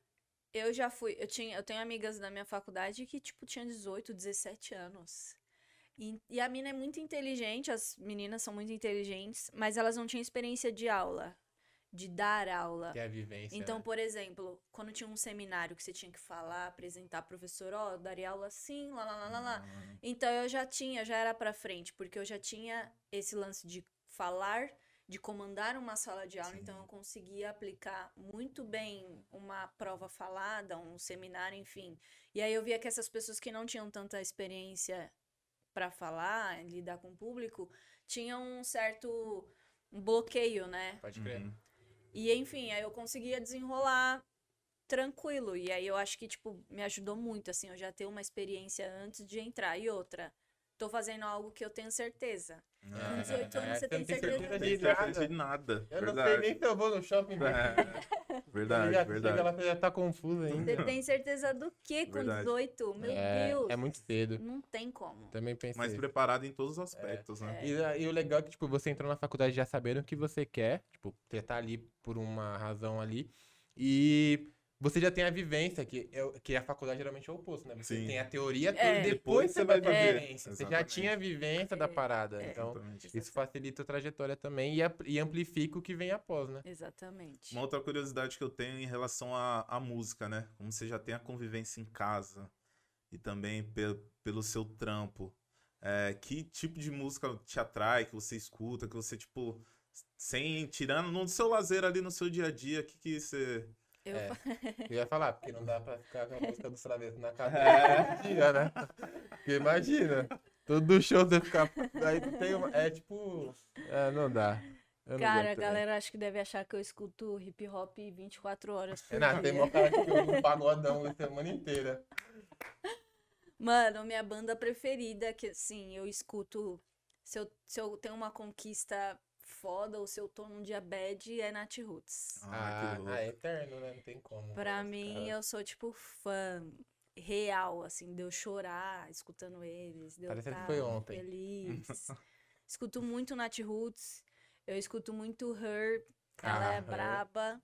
eu tenho amigas da minha faculdade que, tipo, tinha 18, 17 anos. E a mina é muito inteligente, as meninas são muito inteligentes, mas elas não tinham experiência de aula, de dar aula. que é a vivência. Então, né? por exemplo, quando tinha um seminário que você tinha que falar, apresentar, professor, ó, eu daria aula assim, lá, lá, lá, lá, lá. Então eu já era pra frente, porque eu já tinha esse lance de falar, de comandar uma sala de aula, Sim. então eu conseguia aplicar muito bem uma prova falada, um seminário, enfim. E aí eu via que essas pessoas que não tinham tanta experiência pra falar, lidar com o público, tinham um certo bloqueio, né? Pode crer. Uhum. E enfim, aí eu conseguia desenrolar tranquilo. E aí eu acho que, tipo, me ajudou muito, assim, eu já ter uma experiência antes de entrar. E outra, tô fazendo algo que eu tenho certeza. Com 18 anos você tem não tem certeza certeza Tem de certeza nada. de nada. Eu não Verdade. sei nem se eu vou no shopping. É, verdade, Chega verdade. lá, você já tá confuso ainda. Você tem certeza do quê com Verdade. 18? Meu É, Deus. é muito cedo. Não tem como. Também pensei. Mais preparado em todos os aspectos, né? E o legal é que, tipo, você entrou na faculdade já sabendo o que você quer. Tipo, você tá ali por uma razão ali. E você já tem a vivência, que a faculdade geralmente é o oposto, né? Você Sim. tem a teoria toda É. e depois você vai pra fazer. vivência. Você já Exatamente. tinha a vivência da parada. Então, Exatamente. isso facilita a trajetória também e amplifica o que vem após, né? Exatamente. Uma outra curiosidade que eu tenho em relação à música, né? Como você já tem a convivência em casa e também pelo seu trampo, que tipo de música te atrai, que você escuta, que você, tipo, tirando no seu lazer ali no seu dia a dia, que você... Eu, Eu ia falar, porque não dá pra ficar com a música dos travessos na cabeça todo dia, né? Porque imagina, todo show você ficar. Aí tem uma. É tipo. Não dá. Eu não Cara, a aguento também. galera acho que deve achar que eu escuto hip hop 24 horas por Renato, tem dia. uma cara que eu um pagodão a semana inteira. Mano, minha banda preferida, que assim, eu escuto. Se eu tenho uma conquista foda ou se eu tô num dia bad, é Nat Roots. que louco. É eterno, né? Não tem como. Pra Os mim, caras- eu sou tipo fã real, assim, de eu chorar escutando eles, de eu Parece que estar foi ontem. feliz. Escuto muito Nat Roots. Eu escuto muito Her. Ela é Her. braba.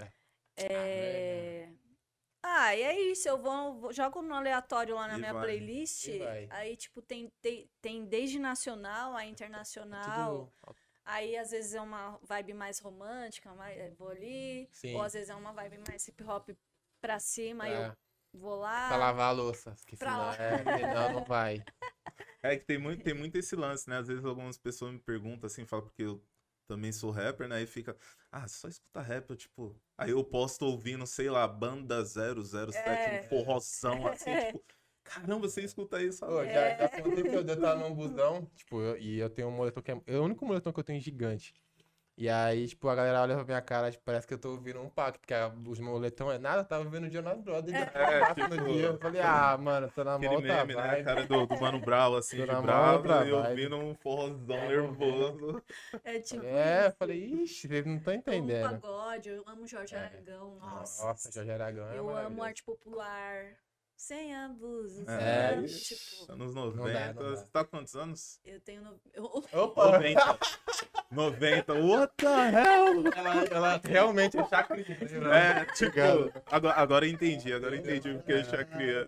É. E é isso. Eu jogo no aleatório lá na E minha vai. playlist. E vai. Aí, tipo, tem desde nacional a internacional. Tudo... Aí, às vezes, é uma vibe mais romântica, vou ali. Sim. Ou, às vezes, é uma vibe mais hip-hop pra cima, aí É. eu vou lá. Pra lavar a louça. Que Pra senão, lá. senão não vai. É que tem muito esse lance, né? Às vezes algumas pessoas me perguntam assim, falam porque eu também sou rapper, né? E fica, só escuta rap, eu tipo... Aí eu posto ouvindo, sei lá, Banda 007, um forrozão, assim, tipo... Caramba, você escuta isso? Pô, já aconteceu que eu tava num busão, tipo, e eu tenho um moletom que é o único moletom que eu tenho gigante. E aí, tipo, a galera olha pra minha cara, tipo, parece que eu tô ouvindo um pacto, porque os moletão é nada, eu tava vendo o Jonas Brothers tipo, no dia. Eu falei, mano, tô na aquele mão outra meme, né? A vibe. cara do Mano Brown, assim, Tô de na mão bravo, outra e vibe. ouvindo um forrozão nervoso. É tipo Eu falei, ixi, vocês não estão amo entendendo. pagode, eu amo Jorge Aragão, nossa. Nossa, Jorge Aragão é Eu amo maravilhoso. arte popular, sem abuso. Ixi, Tipo, anos não 90. dá. Você tá com quantos anos? eu tenho... Opa! 90. 90. What the hell? Ela realmente é chacrinha. É, tipo, agora eu entendi porque eu já cria.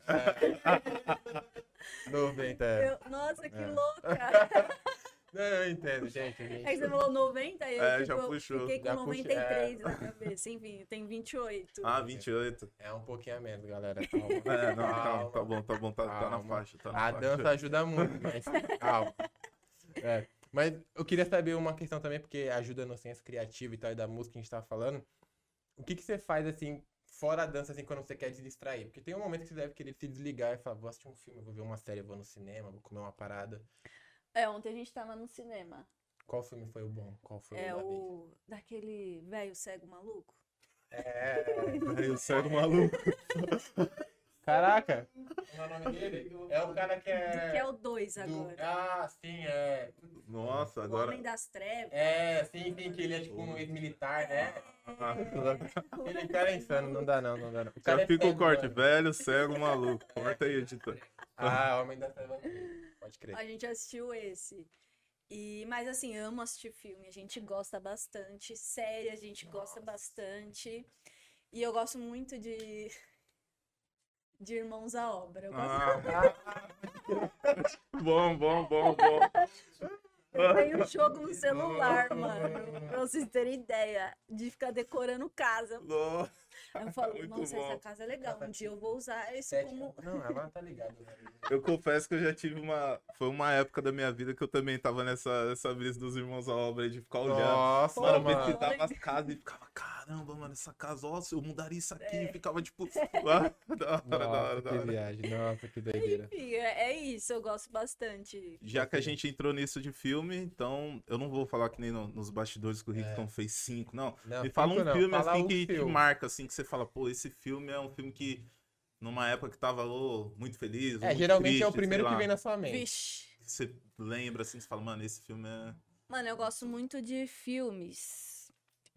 90, Nossa, que louca! Não, eu entendo, gente. É que você falou 90 e eu, já tipo, puxou. fiquei com Já 93 na cabeça. Enfim, eu tenho 28. 28. É um pouquinho a menos, galera. Calma. Não, calma, tá bom, tá na Calma. faixa, tá na A faixa. dança ajuda muito, mas calma. Mas eu queria saber uma questão também, porque ajuda no senso criativo e tal, e da música que a gente tava falando. O que você faz, assim, fora a dança, assim, quando você quer se distrair? Porque tem um momento que você deve querer se desligar e falar, vou assistir um filme, vou ver uma série, vou no cinema, vou comer uma parada. Ontem a gente tava no cinema. Qual filme foi o bom? Qual foi o da vez? O daquele velho cego maluco. Aí o cego maluco. Caraca! Como é o nome dele? É o cara que é... Que é o 2 agora. sim, é... Nossa, O agora. Homem das Trevas. Sim, que ele é tipo um ex-militar, né? Aquele cara é insano, não dá não. O cara Já fica o cego, corte, mano. velho, cego, maluco. Corta aí, editor. Homem da Treva. Pode crer. A gente assistiu esse. Mas assim, amo assistir filme. A gente gosta bastante. Série, a gente gosta bastante. E eu gosto muito de Irmãos à Obra. Eu gosto Bom. Eu tenho um jogo no celular, mano. Pra vocês terem ideia. De ficar decorando casa. Aí eu falo, Muito nossa, bom. essa casa é legal. Um dia eu vou usar isso como... Não, ela tá ligada. Eu confesso que eu já tive Foi uma época da minha vida que eu também tava nessa brisa dos Irmãos à Obra aí, de ficar olhando. Nossa, Mano, eu mano. visitava as casas e ficava, caramba, mano, essa casa, nossa, eu mudaria isso aqui. E ficava tipo, da hora. Que viagem, nossa, que doideira. Enfim, é isso. Eu gosto bastante. Já que a gente entrou nisso de filme, então eu não vou falar que nem nos bastidores que o Rickson fez 5, não. Não, Me fala um 5 não, filme fala assim um que te filme. marca, assim, que você fala, pô, esse filme é um filme que, numa época que tava muito feliz, muito Geralmente é o triste, primeiro sei que lá, vem na sua mente. Vixe. você lembra, assim, você fala, mano, esse filme é... Mano, eu gosto muito de filmes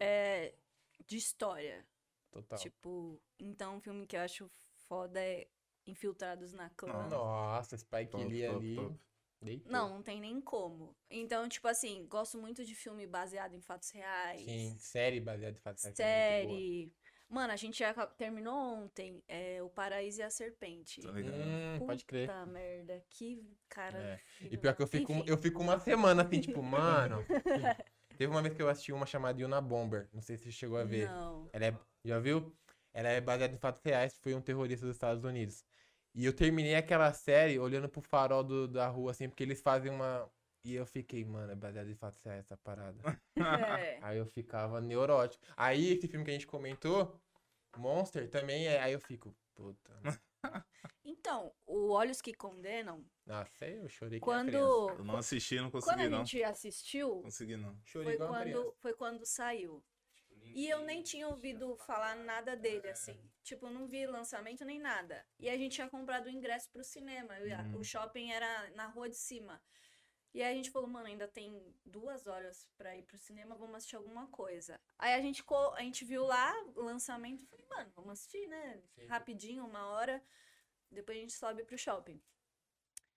de história. Total. Tipo, então um filme que eu acho foda é Infiltrados na Clã. Nossa, Spike Lee ali. top. Deitou. Não tem nem como. Então, tipo assim, gosto muito de filme baseado em fatos reais. Sim, série baseada em fatos reais. Série. Mano, a gente já terminou ontem O Paraíso e a Serpente. Tá ligado? Pode crer. Puta merda, que cara. E pior que Enfim. eu fico uma semana assim, tipo, mano. Teve uma vez que eu assisti uma chamada Yuna Bomber. Não sei se você chegou a ver. Não. Já viu? Ela é baseada em fatos reais, foi um terrorista dos Estados Unidos. E eu terminei aquela série olhando pro farol da rua, assim, porque eles fazem uma. E eu fiquei, mano, é baseado em fatos reais essa parada. Aí eu ficava neurótico. Aí esse filme que a gente comentou, Monster, também é. Aí eu fico, puta. Então, o Olhos que Condenam, Nossa, eu chorei que quando, Eu não assisti, não quando consegui, a não. gente assistiu, Consegui, não. Chorei igual uma criança. foi quando saiu. E eu nem tinha ouvido falar nada dele, assim. Tipo, eu não vi lançamento nem nada. E a gente tinha comprado o ingresso pro cinema. O shopping era na rua de cima. E aí a gente falou, mano, ainda tem 2 horas pra ir pro cinema, vamos assistir alguma coisa. Aí a gente viu lá o lançamento e falei, mano, vamos assistir, né? Sim. Rapidinho, 1 hora. Depois a gente sobe pro shopping.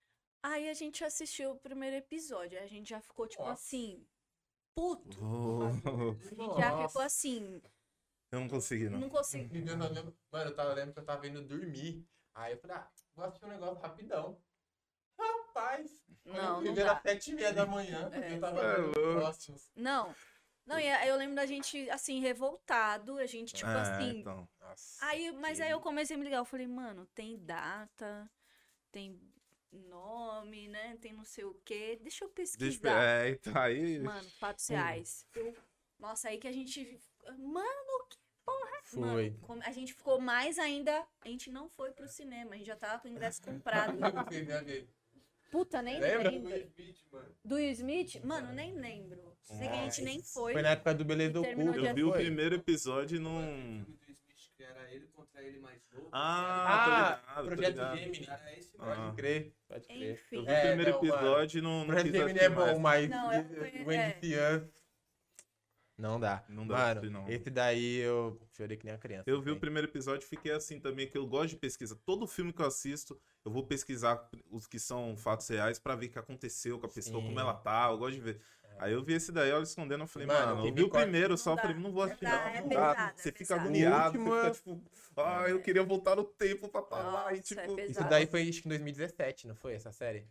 Aí a gente assistiu o primeiro episódio, aí a gente já ficou, tipo assim, puto. Oh, A gente já ficou assim, eu não consegui, não. não consigo. Mano, eu lembro que eu tava indo dormir. Aí eu falei, vou assistir um negócio rapidão. Rapaz, Não, eu não fui ver dá. às 7h30 da manhã. É. Eu tava vendo próximos. Não. Não, e aí eu lembro da gente, assim, revoltado, a gente, tipo assim... Então. Nossa. Mas aí eu comecei a me ligar, eu falei, mano, tem data, tem nome, né, tem não sei o quê, deixa eu pesquisar. Então aí. Mano, fatos reais. Nossa, aí que a gente... Mano, que porra é? Foi. Mano, a gente ficou mais ainda... A gente não foi pro cinema, a gente já tava com o ingresso comprado. Puta, nem Lembra? lembro. Do Will Smith? Mano, nem lembro. Sei que a gente nem foi. Foi na época do Beleza terminou Oculta. de Eu vi o foi? primeiro episódio e não. O do Smith, que era ele contra ele mais novo. Ah, tô ligado, Projeto tô ligado. Gemini. Era esse Ah. mesmo. Pode crer, pode crer. Enfim. Eu vi o primeiro não, mano. episódio e não Projeto quis Gemini assistir é bom, mais. mas Não, o Andy Cian... Não dá. Não dá Mano, pra assistir, não. esse daí eu chorei que nem a criança. Eu vi o também. primeiro episódio e fiquei assim também, que eu gosto de pesquisa. Todo filme que eu assisto, eu vou pesquisar os que são fatos reais pra ver o que aconteceu com a pessoa, Sim. como ela tá, eu gosto de ver. Aí eu vi esse daí, olha, escondendo, eu falei, Mano, mano, quem eu me vi o corta- primeiro só, Não eu falei, dá. não vou assistir, Não dá, não, é não dá. pesado, Você é fica pesado. agoniado, O último você fica tipo, eu queria voltar no tempo pra estar lá, e Nossa, tipo... é pesado. Isso daí foi acho que em 2017, não foi essa série?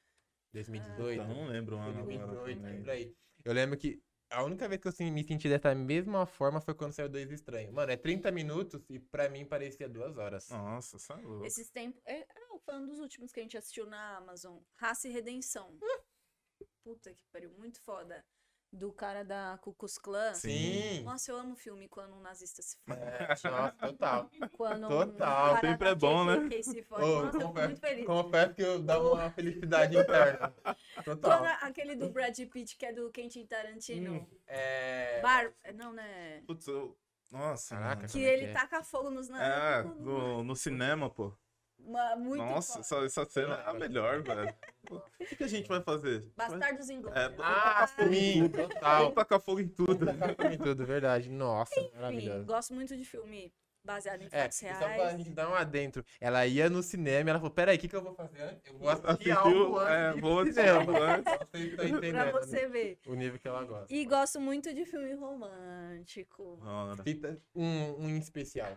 2018? Eu não lembro, Foi mano, agora 2018, também. por aí. Eu lembro que a única vez que eu me senti dessa mesma forma foi quando saiu Dois Estranhos. Mano, é 30 minutos e pra mim parecia 2 horas. Nossa, isso é louco. Esses tempos. Foi um dos últimos que a gente assistiu na Amazon. Raça e Redenção. Puta que pariu, muito foda. Do cara da Ku Klux Klan. Sim. Nossa, eu amo o filme quando um nazista se fode. É, nossa, total. Quando total, um cara sempre da é bom, né? KKK se fode. Ô, Nossa, eu fico muito feliz. confesso que eu dá uma felicidade interna. Total. Quando aquele do Brad Pitt, que é do Quentin Tarantino. É... Não, né? Putz, nossa, Caraca, mano. Que como é ele que é? taca fogo nos É, navios. no cinema, pô. Muito Nossa, foda. essa cena é a melhor, velho. O que a gente vai fazer? Bastardos Inglórios. Sim, total. Vamos tacar fogo em tudo. Em tudo, verdade. Nossa, Enfim, maravilhoso. gosto muito de filme baseado em É, fatos e só pra reais. gente dar um adentro. Ela ia no cinema e ela falou, peraí, o que eu vou fazer antes? Eu vou assistir Assistiu, algo antes de ir vou pro assistir cinema. algo antes. Vocês estão Pra entendendo você ver. o nível que ela gosta. E gosto muito de filme romântico. Ora. Cita um em especial.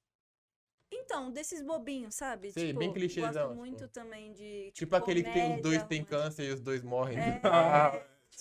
Então, desses bobinhos, sabe? Sei, tipo, bem clichêzão, gosto tipo. muito também de. Tipo aquele que tem os dois comédia têm romântica. câncer e os dois morrem. É, Ah,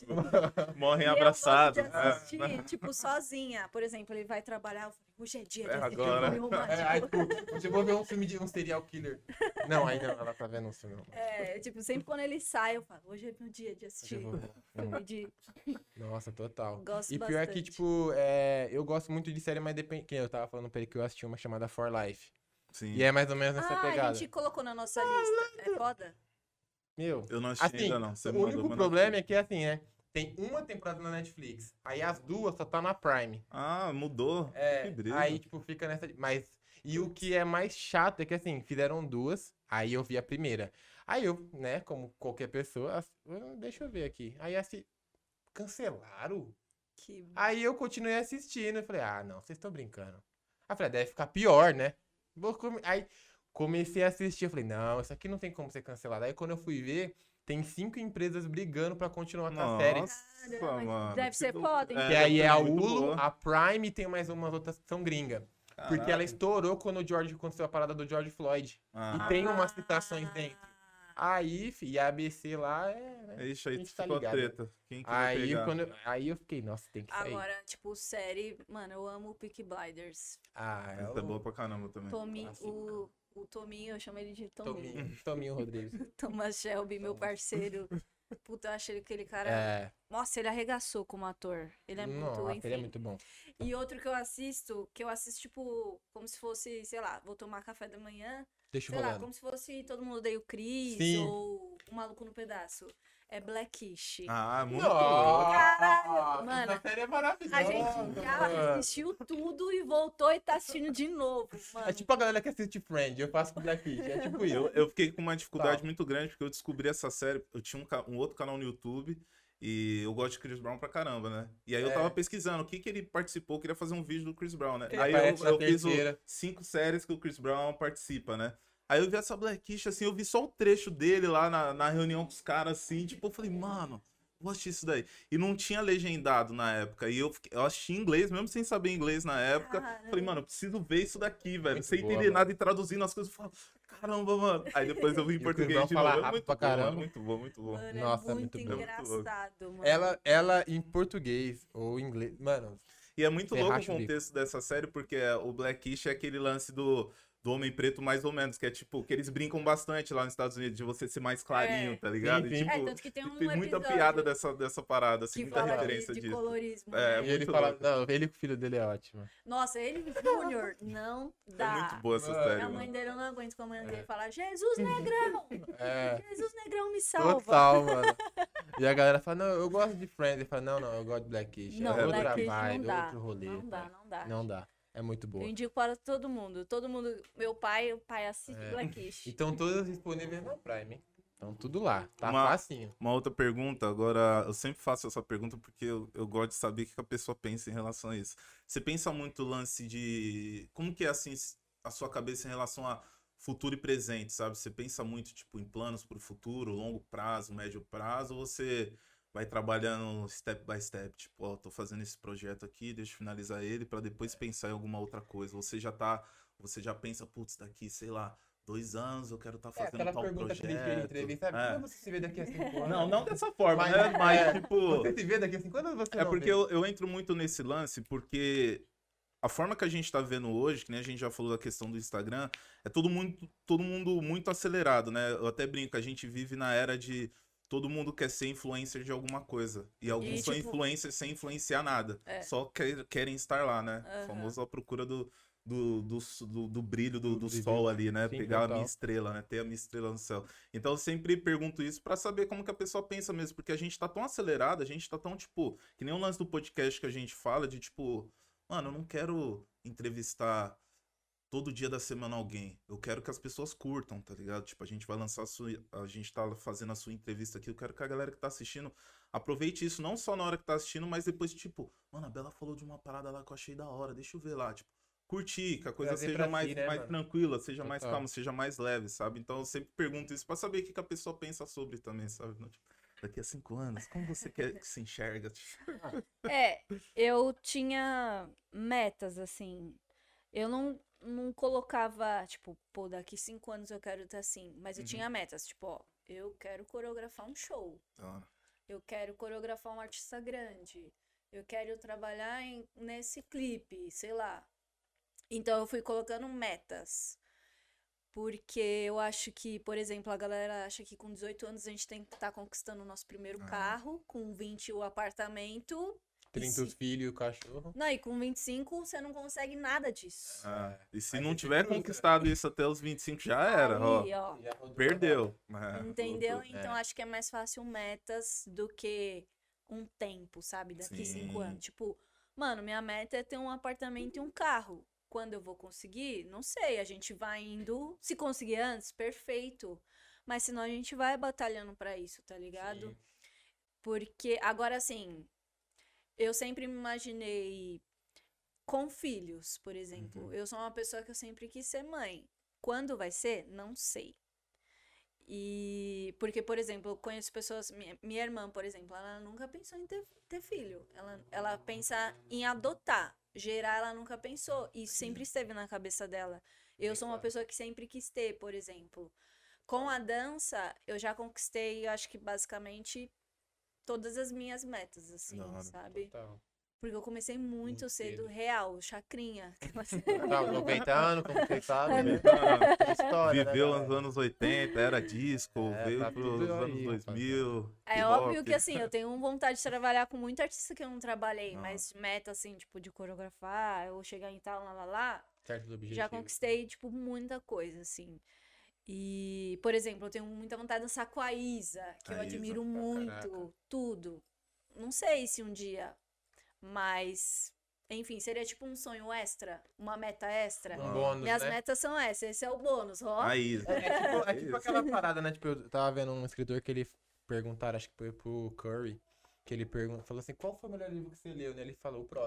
Morrem e eu abraçados. gosto de assistir, tipo, sozinha. Por exemplo, ele vai trabalhar, eu falo, hoje é dia de É assistir agora. filme romântico. aí, tipo, você vai ver um filme de um serial killer. Não, aí não, ela tá vendo um filme. Tipo, sempre quando ele sai, eu falo, hoje é meu dia de assistir Eu vou- filme de... Nossa, total. Gosto E pior é que, bastante. tipo, eu gosto muito de série, mas depende. Que eu tava falando pra ele que eu assisti uma chamada For Life. Sim. E é mais ou menos nessa Ah, pegada. a gente colocou na nossa lista. É foda? Meu, Eu não assisti assim, ainda, não. Você o me mandou, único mas não problema é assisti. que, assim, né? Tem uma temporada na Netflix. Aí as duas só tá na Prime. Ah, mudou. É, Que brisa. aí, tipo, fica nessa. Mas. E o que é mais chato é que, assim, fizeram duas. Aí eu vi a primeira. Aí eu, né, como qualquer pessoa, deixa eu ver aqui. Aí assim. Cancelaram? Que... Aí eu continuei assistindo. Eu falei, não, vocês estão brincando. Aí eu falei, deve ficar pior, né? Aí comecei a assistir. Eu falei, não, isso aqui não tem como ser cancelado. Aí quando eu fui ver, tem 5 empresas brigando pra continuar com a série. Nossa, Caramba, mano. deve que ser do- foda, hein? Que aí é a muito Hulu, boa. a Prime e tem mais umas outras que são gringa. Porque ela Caralho. estourou quando aconteceu a parada do George Floyd. Ah, E tem umas citações dentro. Aí, e a ABC lá Ixi, a aí gente tá ficou a ligado. treta. Quem que vai Aí, pegar? aí eu fiquei, nossa, tem que sair. Agora, tipo, série... Mano, eu amo o Peaky Blinders. Essa é boa pra caramba também. O Tominho, eu chamo ele de Tominho. Tominho Rodrigues. Thomas Shelby, meu parceiro. Puta, eu achei aquele cara... É, Nossa, ele arregaçou como ator. Ele é muito, nossa, enfim. ele é muito bom. E outro que eu assisto, tipo, como se fosse, sei lá, vou tomar café da manhã, Deixa sei lá, rolando. como se fosse Todo Mundo Odeia o Chris Sim. ou O Maluco no Pedaço. É Blackish. Ah, muito Nossa, Mano, essa série é maravilhosa. A gente já mano. assistiu tudo e voltou e tá assistindo de novo, mano. É tipo a galera que assiste Friend, eu faço com Blackfish, é tipo isso. Eu fiquei com uma dificuldade Tá. muito grande, porque eu descobri essa série. Eu tinha um outro canal no YouTube e eu gosto de Chris Brown pra caramba, né? E aí eu É. tava pesquisando o que ele participou, eu queria fazer um vídeo do Chris Brown, né? Ele Aí aparece na eu fiz terceira. 5 séries que o Chris Brown participa, né? Aí eu vi essa Blackish, assim, eu vi só o trecho dele lá na reunião com os caras, assim, tipo, eu falei, mano, vou assistir isso daí. E não tinha legendado na época. E eu assisti em inglês, mesmo sem saber inglês na época. Caramba. Falei, mano, eu preciso ver isso daqui, velho. Muito Sem boa, entender mano. nada e traduzindo as coisas. Eu falo, caramba, mano. Aí depois eu vi em E o português Chris de Brown novo. fala É rápido muito pra bom, caramba. mano, muito bom, muito bom. Mano, Nossa, é muito muito bom. engraçado, mano. Ela em português ou em inglês. Mano, E é muito Você louco o racha o bico. contexto dessa série, porque o Blackish é aquele lance do Homem Preto, mais ou menos, que é tipo, que eles brincam bastante lá nos Estados Unidos, de você ser mais clarinho, É. tá ligado? Sim, E, sim. tipo, Tanto que tem um muita episódio piada dessa parada, assim, que muita fala referência de disso. colorismo. É, né? e ele muito fala. louco. Não, ele com o filho dele é ótimo. Nossa, ele Júnior não dá. É muito boa essa Mano. série, A mãe mano. dele eu não aguento com a mãe dele falar, Jesus Negrão! É. Jesus Negrão me salva! Total, mano. E a galera fala, não, eu gosto de Friends. Ele fala, não, eu gosto de Blackish. Não, é outra Blackish vibe, não dá. outro rolê. Não dá, não dá. Não dá. É muito boa. Eu indico para todo mundo. Todo mundo, o pai assiste Blackish. Então todas disponíveis no Prime, hein? Então tudo lá. Tá Uma- facinho. Uma outra pergunta, agora, eu sempre faço essa pergunta porque eu gosto de saber o que a pessoa pensa em relação a isso. Você pensa muito o lance de... Como que é, assim, a sua cabeça em relação a futuro e presente, sabe? Você pensa muito, tipo, em planos pro futuro, longo prazo, médio prazo, ou você vai trabalhando step by step? Tipo, ó, tô fazendo esse projeto aqui, deixa eu finalizar ele pra depois pensar em alguma outra coisa. Você já pensa, putz, daqui, sei lá, 2 anos eu quero estar É fazendo aquela tal pergunta que eles fez em projeto. entrevista, sabe? É. Como você se vê daqui a 5 anos? Não dessa forma, Mas, né? Mas, é, tipo... Você se vê daqui a 5 anos ou você É não porque vê? eu entro muito nesse lance, porque a forma que a gente tá vendo hoje, que nem a gente já falou da questão do Instagram, é todo mundo muito acelerado, né? Eu até brinco, a gente vive na era de todo mundo quer ser influencer de alguma coisa. E alguns são tipo- influencers sem influenciar nada. É. Só querem estar lá, né? Aham. O famoso à procura do brilho do brilho. sol ali, né? Sim, Pegar a total. minha estrela, né? Ter a minha estrela no céu. Então eu sempre pergunto isso pra saber como que a pessoa pensa mesmo, porque a gente tá tão acelerado, a gente tá tão, tipo, que nem o lance do podcast que a gente fala, de tipo, mano, eu não quero entrevistar todo dia da semana alguém. Eu quero que as pessoas curtam, tá ligado? Tipo, a gente vai lançar a gente tá fazendo a sua entrevista aqui, eu quero que a galera que tá assistindo aproveite isso, não só na hora que tá assistindo, mas depois, tipo, mano, a Bela falou de uma parada lá que eu achei da hora, deixa eu ver lá, tipo, curtir, que a coisa Trazer seja pra mais, si, né, mais mano? tranquila, seja mais Total. calma, seja mais leve, sabe? Então eu sempre pergunto isso pra saber o que a pessoa pensa sobre também, sabe? Não, tipo, daqui a 5 anos, como você quer que se enxerga? Eu tinha metas, assim. Eu não colocava, tipo, pô, daqui 5 anos eu quero estar assim. Mas eu tinha metas, tipo, ó, eu quero coreografar um show. Ah, Eu quero coreografar um artista grande. Eu quero trabalhar nesse clipe, sei lá. Então eu fui colocando metas. Porque eu acho que, por exemplo, a galera acha que com 18 anos a gente tem que estar conquistando o nosso primeiro carro, com 20 o apartamento. 30 os filhos e o cachorro. Não, e com 25 você não consegue nada disso. e se Aí não você tiver cruza. conquistado isso até os 25, já era, ó. Aí, ó. Já rodou Perdeu. Entendeu? É. Então acho que é mais fácil metas do que um tempo, sabe? Daqui Sim. 5 anos. Tipo, mano, minha meta é ter um apartamento e um carro. Quando eu vou conseguir? Não sei. A gente vai indo. Se conseguir antes, perfeito. Mas senão a gente vai batalhando pra isso, tá ligado? Sim. Porque, agora assim, eu sempre me imaginei com filhos, por exemplo. Eu sou uma pessoa que eu sempre quis ser mãe. Quando vai ser? Não sei. E porque, por exemplo, eu conheço pessoas. Minha irmã, por exemplo, ela nunca pensou em ter filho. Ela pensa em adotar. Gerar, ela nunca pensou. E sempre esteve na cabeça dela. Eu sou uma pessoa que sempre quis ter, por exemplo. Com a dança, eu já conquistei, acho que basicamente todas as minhas metas, assim, Da hora. sabe? Total. Porque eu comecei muito Muito cedo, cedo. real, chacrinha. Tá, 90 anos, como você sabe, né? Ah, História, viveu né, nos galera? anos 80, era disco, veio tá pros tudo anos aí, 2000. É hip óbvio hop. que, assim, eu tenho vontade de trabalhar com muito artista que eu não trabalhei, Não. mas meta, assim, tipo, de coreografar, ou chegar em tal, lá, Certos objetivos. já conquistei, tipo, muita coisa, assim. E, por exemplo, eu tenho muita vontade de dançar com a Isa, que eu A Isa, admiro pra muito, caraca. tudo. Não sei se um dia, mas, enfim, seria tipo um sonho extra, uma meta extra. Um bônus, Minhas né? metas são essas, esse é o bônus, ó. Aí, É tipo aquela parada, né? Tipo, eu tava vendo um escritor que ele perguntaram, acho que foi pro Curry, que ele falou assim, qual foi o melhor livro que você leu, né? Ele falou, o próximo.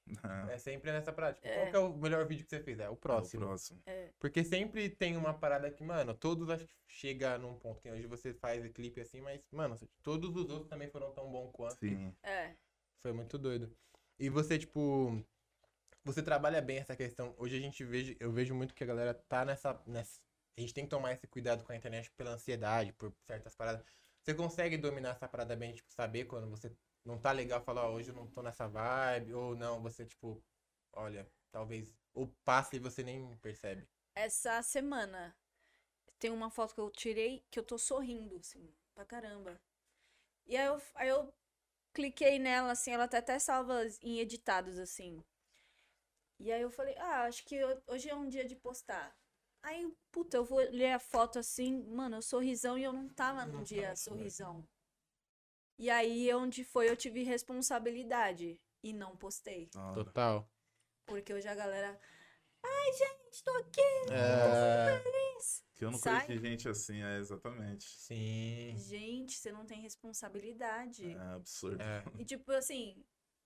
É, É sempre nessa prática. Qual que é o melhor vídeo que você fez? É o é o próximo. próximo. Porque sempre tem uma parada que, mano, todos acho que chega num ponto que hoje você faz clipe assim, mas, mano, todos os outros também foram tão bons quanto. Sim. Foi muito doido. E você, tipo, você trabalha bem essa questão. Hoje eu vejo muito que a galera tá nessa. A gente tem que tomar esse cuidado com a internet pela ansiedade, por certas paradas. Você consegue dominar essa parada bem, tipo, saber quando você não tá legal, falar, ó, hoje eu não tô nessa vibe, ou não, você, tipo, olha, talvez, ou passa e você nem percebe. Essa semana tem uma foto que eu tirei que eu tô sorrindo, assim, pra caramba. E aí eu cliquei nela, assim, ela tá até salva em editados, assim. E aí eu falei, acho que hoje é um dia de postar. Aí, puta, eu vou ler a foto assim, mano, eu sorrisão e eu não tava num dia sorrisão. E aí, onde foi, eu tive responsabilidade e não postei. Da hora. Total. Porque hoje a galera, ai, gente, tô aqui, É, Que eu não Sai. conheci gente assim, exatamente. sim. gente, você não tem responsabilidade. É absurdo. É. E tipo assim,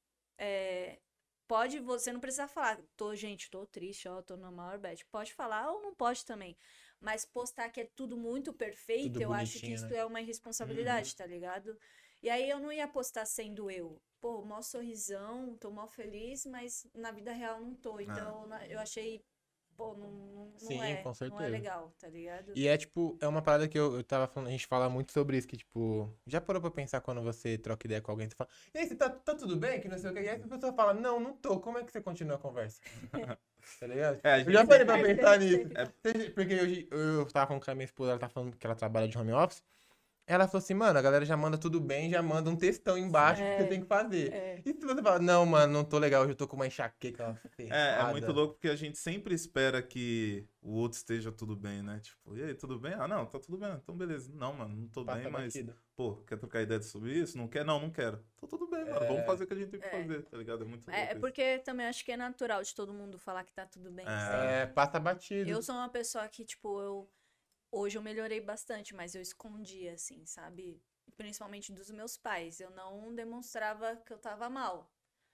você não precisa falar, gente, tô triste, ó, tô na maior bad. Pode falar ou não pode também. Mas postar que é tudo muito perfeito, Tudo eu acho que bonitinho, isso né? é uma irresponsabilidade, tá ligado? E aí eu não ia postar sendo eu. Pô, mó sorrisão, tô mó feliz, mas na vida real não tô. Então eu achei, pô, Sim, com não é certeza. legal, tá ligado? E é tipo, é uma parada que eu tava falando, a gente fala muito sobre isso, que tipo, já parou pra pensar quando você troca ideia com alguém, você fala, e aí, você tá tudo bem? Que não sei o que. E aí a pessoa fala, não tô, como é que você continua a conversa? Tá ligado? É, a Eu já gente parei pra sempre- pensar sempre- nisso. Porque hoje eu tava falando com a minha esposa, ela tá falando que ela trabalha de home office. Ela falou assim, mano, a galera já manda tudo bem, já manda um textão embaixo que você tem que fazer. E se você fala, não, mano, não tô legal, hoje eu tô com uma enxaqueca É muito ferrada. louco porque a gente sempre espera que o outro esteja tudo bem, né? Tipo, e aí, tudo bem? Ah, não, tá tudo bem. Então, beleza. Não, mano, não tô Passa bem, mas, batido. pô, quer trocar ideia sobre isso? Não quer? Não, não quero. Então, tudo bem, mano. Vamos fazer o que a gente tem que fazer, tá ligado? É muito louco É isso. porque também acho que é natural de todo mundo falar que tá tudo bem. É, passa batido. Eu sou uma pessoa que, tipo, hoje eu melhorei bastante, mas eu escondia, assim, sabe? Principalmente dos meus pais. Eu não demonstrava que eu tava mal.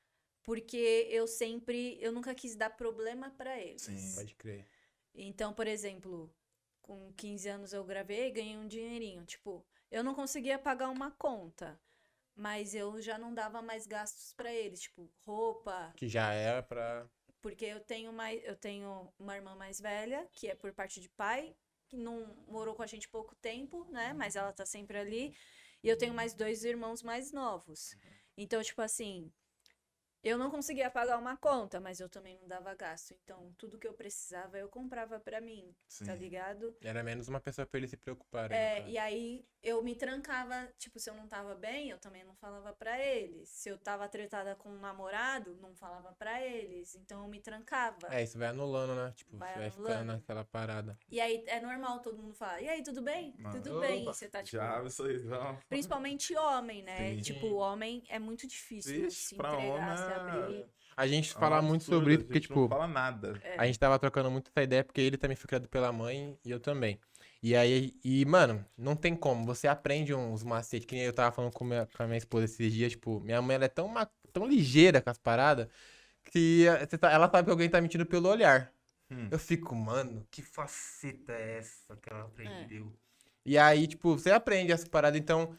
Porque eu nunca quis dar problema pra eles. Sim. Pode crer. Então, por exemplo, com 15 anos eu gravei e ganhei um dinheirinho. Tipo, eu não conseguia pagar uma conta, mas eu já não dava mais gastos pra eles, tipo, roupa, Que já era pra... porque eu tenho uma irmã mais velha, que é por parte de pai, que não morou com a gente pouco tempo, né? Mas ela tá sempre ali. E eu tenho mais 2 irmãos mais novos. Então, tipo assim, eu não conseguia pagar uma conta, mas eu também não dava gasto. Então, tudo que eu precisava, eu comprava pra mim, tá Sim. ligado? Era menos uma pessoa pra eles se preocuparem. no caso. E aí eu me trancava, tipo, se eu não tava bem, eu também não falava pra eles. Se eu tava tretada com um namorado, não falava pra eles. Então eu me trancava. É, isso vai anulando, né? Tipo, Vai você vai ficando anulando. naquela parada. E aí é normal todo mundo falar, e aí, tudo bem? Mano. Tudo bem. Opa, Você tá, tipo, Já abre o sorrisão. principalmente homem, né? Sim. Tipo, homem é muito difícil Vixe, se pra entregar, se homem abrir. A gente é um fala muito absurdo, sobre isso, a porque, gente tipo, não fala nada. a gente tava trocando muito essa ideia, porque ele também foi criado pela mãe e eu também. E aí, mano, não tem como. Você aprende uns macetes, que nem eu tava falando com a minha esposa esses dias, tipo, minha mãe ela é tão ligeira com as paradas, que ela sabe que alguém tá mentindo pelo olhar. Eu fico, mano, que faceta é essa que ela aprendeu? E aí, tipo, você aprende essa parada, então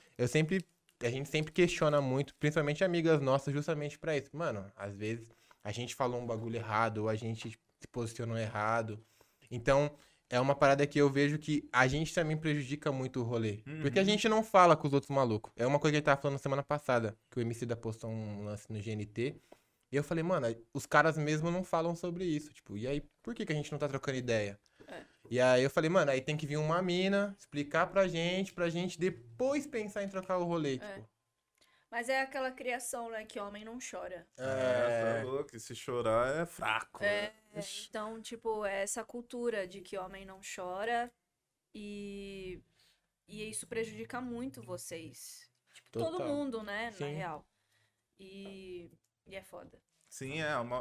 a gente sempre questiona muito, principalmente amigas nossas, justamente pra isso. Mano, às vezes a gente falou um bagulho errado, ou a gente se posicionou errado. Então, é uma parada que eu vejo que a gente também prejudica muito o rolê. Porque a gente não fala com os outros malucos. É uma coisa que ele tava falando semana passada, que o Emicida postou um lance no GNT. E eu falei, mano, os caras mesmo não falam sobre isso. Tipo, e aí, por que a gente não tá trocando ideia? E aí eu falei, mano, aí tem que vir uma mina, explicar pra gente depois pensar em trocar o rolê, tipo. Mas é aquela criação, né, que homem não chora. Tá louco. E se chorar é fraco. né? Ixi. Então, tipo, é essa cultura de que homem não chora e isso prejudica muito vocês. Tipo, todo Total. mundo, né, na Sim. real. E é foda. Sim,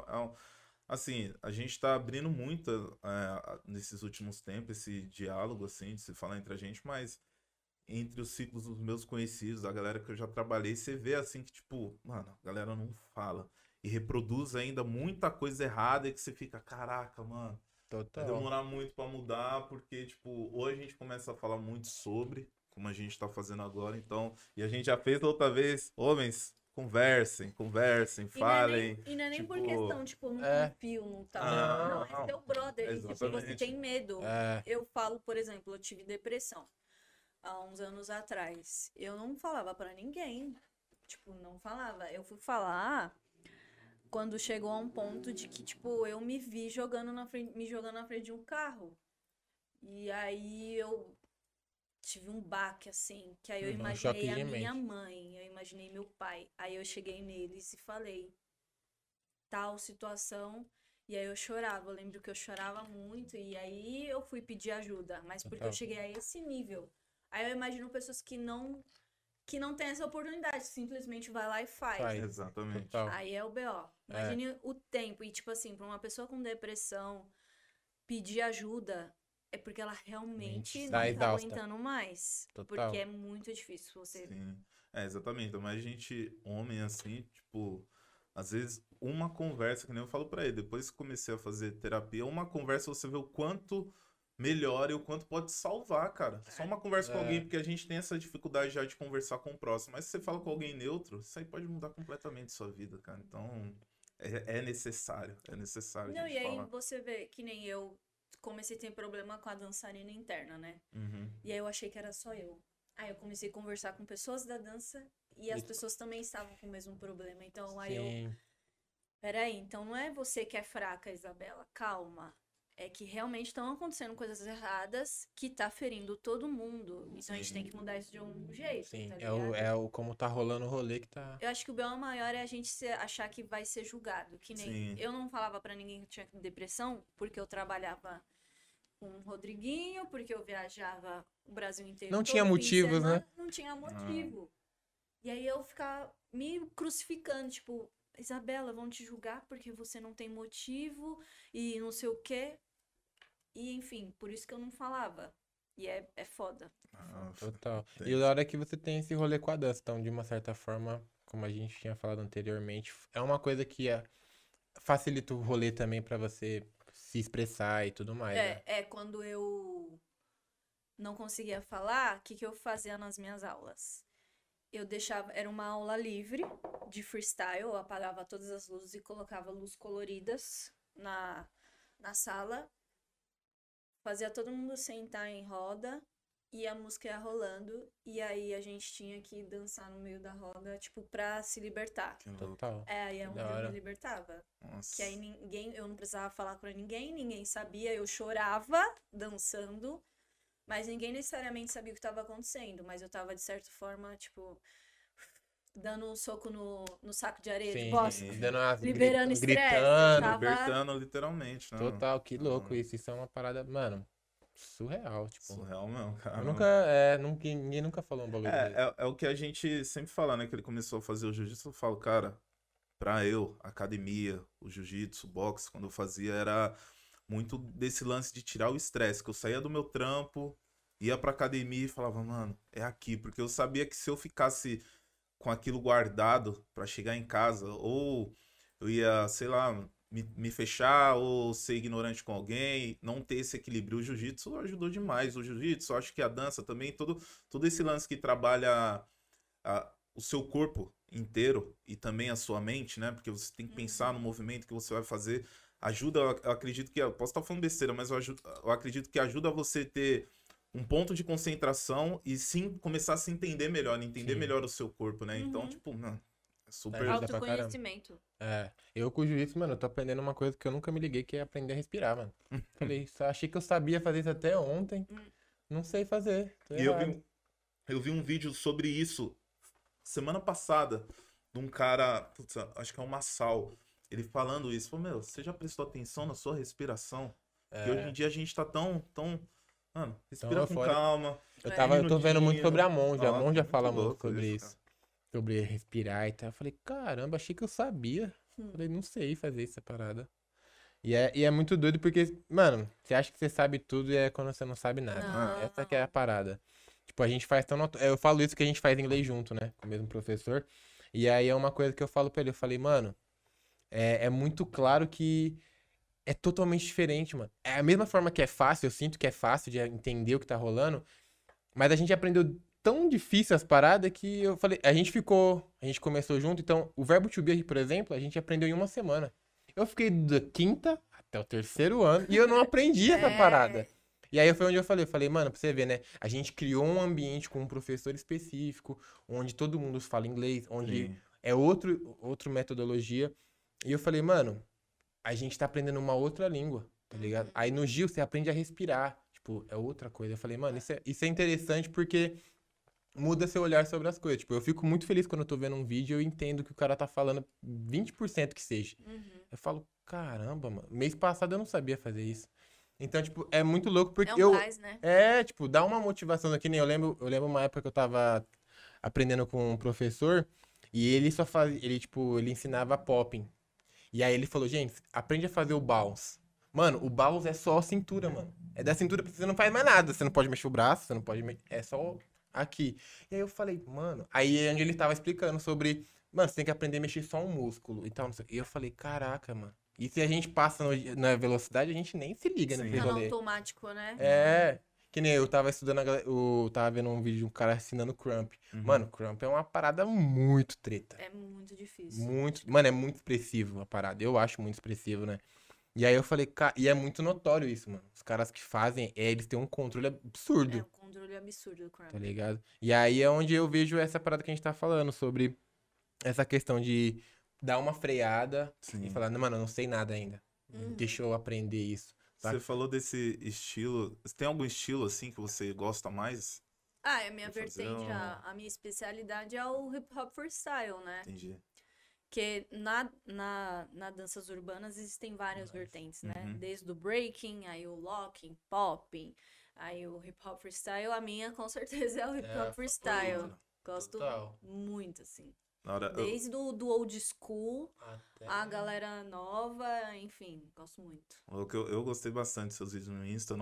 assim, a gente tá abrindo muito nesses últimos tempos esse diálogo, assim, de se falar entre a gente, mas entre os ciclos dos meus conhecidos, da galera que eu já trabalhei, você vê, assim, que, tipo, mano, a galera não fala. e reproduz ainda muita coisa errada e que você fica, caraca, mano, vai Total. demorar muito pra mudar, porque, tipo, hoje a gente começa a falar muito sobre, como a gente tá fazendo agora, então, e a gente já fez da outra vez, homens, conversem, falem. E não é nem por tipo, questão, tipo, não é. confio, não tal. Não, Não, é seu brother. E, tipo, você exatamente. tem medo. É. Eu falo, por exemplo, eu tive depressão há uns anos atrás. Eu não falava pra ninguém. Tipo, não falava. Eu fui falar quando chegou a um ponto de que, tipo, eu me vi me jogando na frente de um carro. E aí eu tive um baque, assim, que aí eu Um choque imaginei a de minha mente. mãe, eu imaginei meu pai. Aí eu cheguei neles e falei tal situação, e aí eu chorava. Eu lembro que eu chorava muito, e aí eu fui pedir ajuda, mas porque eu Total. cheguei a esse nível. Aí eu imagino pessoas que não têm essa oportunidade, simplesmente vai lá e faz. Faz. Exatamente. Total. Aí é o BO. Imagine o tempo. E, tipo assim, pra uma pessoa com depressão pedir ajuda é porque ela realmente Mente, não tá tá exausta. aguentando mais. Total. Porque é muito difícil você. Sim. É, exatamente. Então, mas a gente, homem, assim, tipo, às vezes, uma conversa, que nem eu falo pra ele, depois que comecei a fazer terapia, uma conversa você vê o quanto melhora e o quanto pode salvar, cara. Só uma conversa com É. alguém, porque a gente tem essa dificuldade já de conversar com o próximo. Mas se você fala com alguém neutro, isso aí pode mudar completamente sua vida, cara. Então, é necessário. É necessário a Não, gente e aí falar. você vê que nem eu comecei a ter problema com a dançarina interna, né? Uhum. E aí eu achei que era só eu. Aí eu comecei a conversar com pessoas da dança e as pessoas também estavam com o mesmo problema. Então aí eu, Sim. peraí, então não é você que é fraca, Isabela, calma. É que realmente estão acontecendo coisas erradas que tá ferindo todo mundo. Então a gente tem que mudar isso de um jeito, Sim. tá É o, ligado? é o como tá rolando o rolê que tá. Eu acho que o B.O. maior é a gente achar que vai ser julgado. Que nem Sim. eu não falava pra ninguém que tinha depressão, porque eu trabalhava com o Rodriguinho, porque eu viajava o Brasil inteiro. Não todo tinha fim de motivos, semana, né? Não tinha motivo. E aí eu ficava me crucificando, tipo, Isabela, vão te julgar porque você não tem motivo e não sei o quê. E enfim, por isso que eu não falava. E é foda. Ah, Total. E tem. da hora que você tem esse rolê com a dança. Então, de uma certa forma, como a gente tinha falado anteriormente, é uma coisa que facilita o rolê também pra você se expressar e tudo mais, né? Quando eu não conseguia falar, o que eu fazia nas minhas aulas? Eu deixava, era uma aula livre de freestyle, eu apagava todas as luzes e colocava luzes coloridas na sala, fazia todo mundo sentar em roda e a música ia rolando, e aí a gente tinha que dançar no meio da roda, tipo, pra se libertar. Que louco. Total. Aí é onde Da eu hora. me libertava. Nossa. Que aí eu não precisava falar pra ninguém sabia, eu chorava dançando, mas ninguém necessariamente sabia o que estava acontecendo, mas eu tava de certa forma, tipo, dando um soco no saco de areia de Sim, bosta, dando umas liberando estresse, gritando. tava- Libertando, literalmente, né? Total, que louco Ah. isso. Isso é uma parada, mano, surreal, tipo. Surreal mesmo, cara. Eu ninguém nunca falou um bagulho desse. É o que a gente sempre fala, né? Que ele começou a fazer o jiu-jitsu. Eu falo, cara, pra eu, academia, o jiu-jitsu, o boxe, quando eu fazia, era muito desse lance de tirar o estresse. Que eu saía do meu trampo, ia pra academia e falava, mano, é aqui. Porque eu sabia que se eu ficasse com aquilo guardado pra chegar em casa, ou eu ia, sei lá, me fechar ou ser ignorante com alguém, não ter esse equilíbrio. O jiu-jitsu ajudou demais. O jiu-jitsu, acho que a dança também, todo esse lance que trabalha o seu corpo inteiro e também a sua mente, né? Porque você tem que pensar no movimento que você vai fazer. Ajuda, eu acredito que, eu posso estar falando besteira, mas eu acredito que ajuda você ter um ponto de concentração e sim começar a se entender melhor, entender Sim. melhor o seu corpo, né? Então, Uhum. tipo, mano, é super. Ajuda pra caramba. autoconhecimento. Eu com o jiu-jitsu, mano, eu tô aprendendo uma coisa que eu nunca me liguei, que é aprender a respirar, mano. Falei, achei que eu sabia fazer isso até ontem. Não sei fazer. Tô E errado. eu vi um vídeo sobre isso semana passada, de um cara, putz, acho que é um Massal, ele falando isso. Falou, meu, você já prestou atenção na sua respiração? Porque hoje em dia a gente tá tão, mano, respira com eufórico. calma. Eu tô vendo muito sobre a monja. A Nossa, monja muito fala muito louco sobre isso, isso. Sobre respirar e tal. Eu falei, caramba, achei que eu sabia. Falei, não sei fazer essa parada. E é muito doido porque, mano, você acha que você sabe tudo e é quando você não sabe nada. Não. Essa que é a parada. Tipo, a gente faz tão... Eu falo isso que a gente faz inglês junto, né? Com o mesmo professor. E aí é uma coisa que eu falo pra ele. Eu falei, mano, é muito claro que é totalmente diferente, mano. É a mesma forma que é fácil, eu sinto que é fácil de entender o que tá rolando, mas a gente aprendeu tão difícil as paradas que eu falei, a gente começou junto, então o verbo to be, por exemplo, a gente aprendeu em uma semana. Eu fiquei da quinta até o terceiro ano e eu não aprendi essa parada. E aí foi onde eu falei, mano, pra você ver, né? A gente criou um ambiente com um professor específico, onde todo mundo fala inglês, onde Sim. é outra metodologia. E eu falei, mano, a gente tá aprendendo uma outra língua, tá ligado? Aí no Gil você aprende a respirar, tipo, é outra coisa. Eu falei, mano, isso é interessante porque muda seu olhar sobre as coisas. Tipo, eu fico muito feliz quando eu tô vendo um vídeo e eu entendo que o cara tá falando 20% que seja. Eu falo, caramba, mano, mês passado eu não sabia fazer isso. Então, tipo, é muito louco porque É um gás, né? tipo, dá uma motivação aqui, nem eu lembro uma época que eu tava aprendendo com um professor e ele só fazia, ele ensinava popping. E aí ele falou, gente, aprende a fazer o bounce. Mano, o bounce é só a cintura, mano. É da cintura pra você não faz mais nada. Você não pode mexer o braço, você não pode mexer. É só aqui. E aí eu falei, mano. Aí é onde ele tava explicando sobre. Mano, você tem que aprender a mexer só um músculo e tal. Não sei. E eu falei, caraca, mano. E se a gente passa na velocidade, a gente nem se liga Sim. nesse Tá no rolê. automático, né? É. Que nem eu tava estudando, eu tava vendo um vídeo de um cara ensinando Crump. Mano, Crump é uma parada muito treta. É muito difícil. Mano, é muito expressivo a parada. Eu acho muito expressivo, né? E aí eu falei, cara, e é muito notório isso, mano. Os caras que fazem, eles têm um controle É absurdo, um controle absurdo do tá Crump. ligado? E aí é onde eu vejo essa parada que a gente tá falando, sobre essa questão de dar uma freada Sim. e falar, não, mano, eu não sei nada ainda. Deixa eu aprender isso. Você falou desse estilo. Tem algum estilo assim que você gosta mais? Ah, é a minha Vou fazer vertente, um- a minha especialidade é o hip hop freestyle, né? Entendi. Porque na danças urbanas existem várias vertentes, né? Uhum. Desde o breaking, aí o locking, popping, aí o hip hop freestyle. A minha, com certeza, é o hip hop freestyle. favorita. Gosto Total. muito, assim. Na hora, eu- Desde do old school, Até- a galera nova, enfim, gosto muito. eu gostei bastante dos seus vídeos no Insta.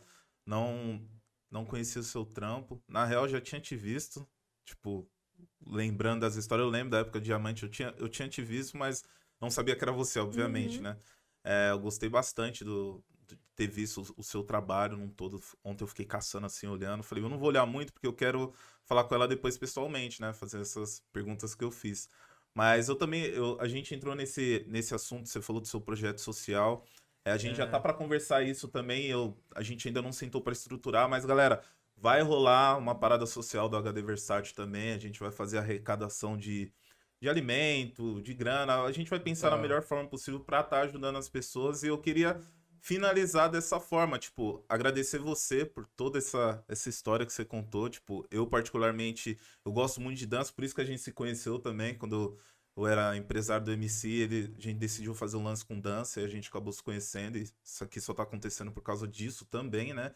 Não, não conhecia o seu trampo. Na real, eu já tinha te visto. Tipo, lembrando das histórias, eu lembro da época de Diamante, eu tinha te visto, mas não sabia que era você, obviamente, né? Eu gostei bastante de ter visto o seu trabalho num todo. Ontem eu fiquei caçando assim, olhando. Falei, eu não vou olhar muito porque eu quero falar com ela depois pessoalmente, né? Fazer essas perguntas que eu fiz. Mas eu também, a gente entrou nesse assunto, você falou do seu projeto social. A gente já tá para conversar isso também. A gente ainda não sentou para estruturar, mas galera, vai rolar uma parada social do HD Versátil também. A gente vai fazer arrecadação de alimento, de grana. A gente vai pensar na melhor forma possível para estar ajudando as pessoas. E eu queria finalizar dessa forma, tipo, agradecer você por toda essa história que você contou. Tipo, eu particularmente, eu gosto muito de dança, por isso que a gente se conheceu também, quando eu era empresário do MC, a gente decidiu fazer um lance com dança e a gente acabou se conhecendo. E isso aqui só tá acontecendo por causa disso também, né?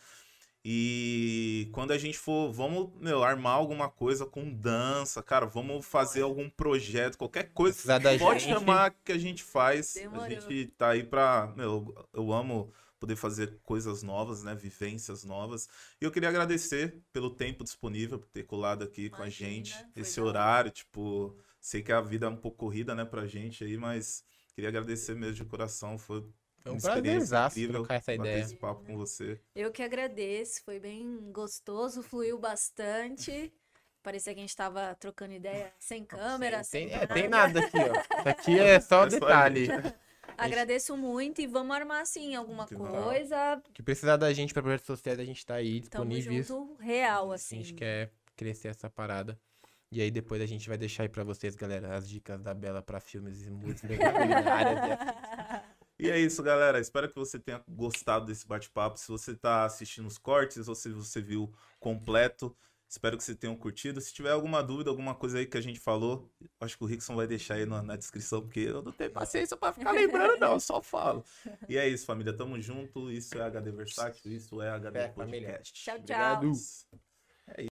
E quando a gente for, vamos, armar alguma coisa com dança, cara, vamos fazer algum projeto, qualquer coisa, Precisar da pode gente. chamar que a gente faz. Demorou. A gente tá aí pra, eu amo poder fazer coisas novas, né, vivências novas. E eu queria agradecer pelo tempo disponível, por ter colado aqui com a Imagina, gente, foi esse da hora. horário, tipo, sei que a vida é um pouco corrida, né, pra gente aí, mas queria agradecer mesmo de coração, foi Foi um uma experiência prazerzaço incrível trocar essa bater ideia. esse papo com você. Eu que agradeço, foi bem gostoso, fluiu bastante. Parecia que a gente tava trocando ideia sem câmera, sem Tem nada aqui, ó. Isso aqui é só É só detalhe. Agradeço muito e vamos armar assim alguma Que legal. coisa. Que precisar da gente pra projetos sociais, a gente tá aí Tamo disponível. junto real, A assim. gente quer crescer essa parada. E aí depois a gente vai deixar aí pra vocês, galera, as dicas da Bela pra filmes e músicas culinárias. E é isso, galera. Espero que você tenha gostado desse bate-papo. Se você tá assistindo os cortes ou se você viu completo, espero que você tenha curtido. Se tiver alguma dúvida, alguma coisa aí que a gente falou, acho que o Rickson vai deixar aí na descrição, porque eu não tenho paciência pra ficar lembrando, não. Eu só falo. E é isso, família. Tamo junto. Isso é HD Versátil, isso é HD Fé, família. Podcast. Tchau, tchau. Obrigado.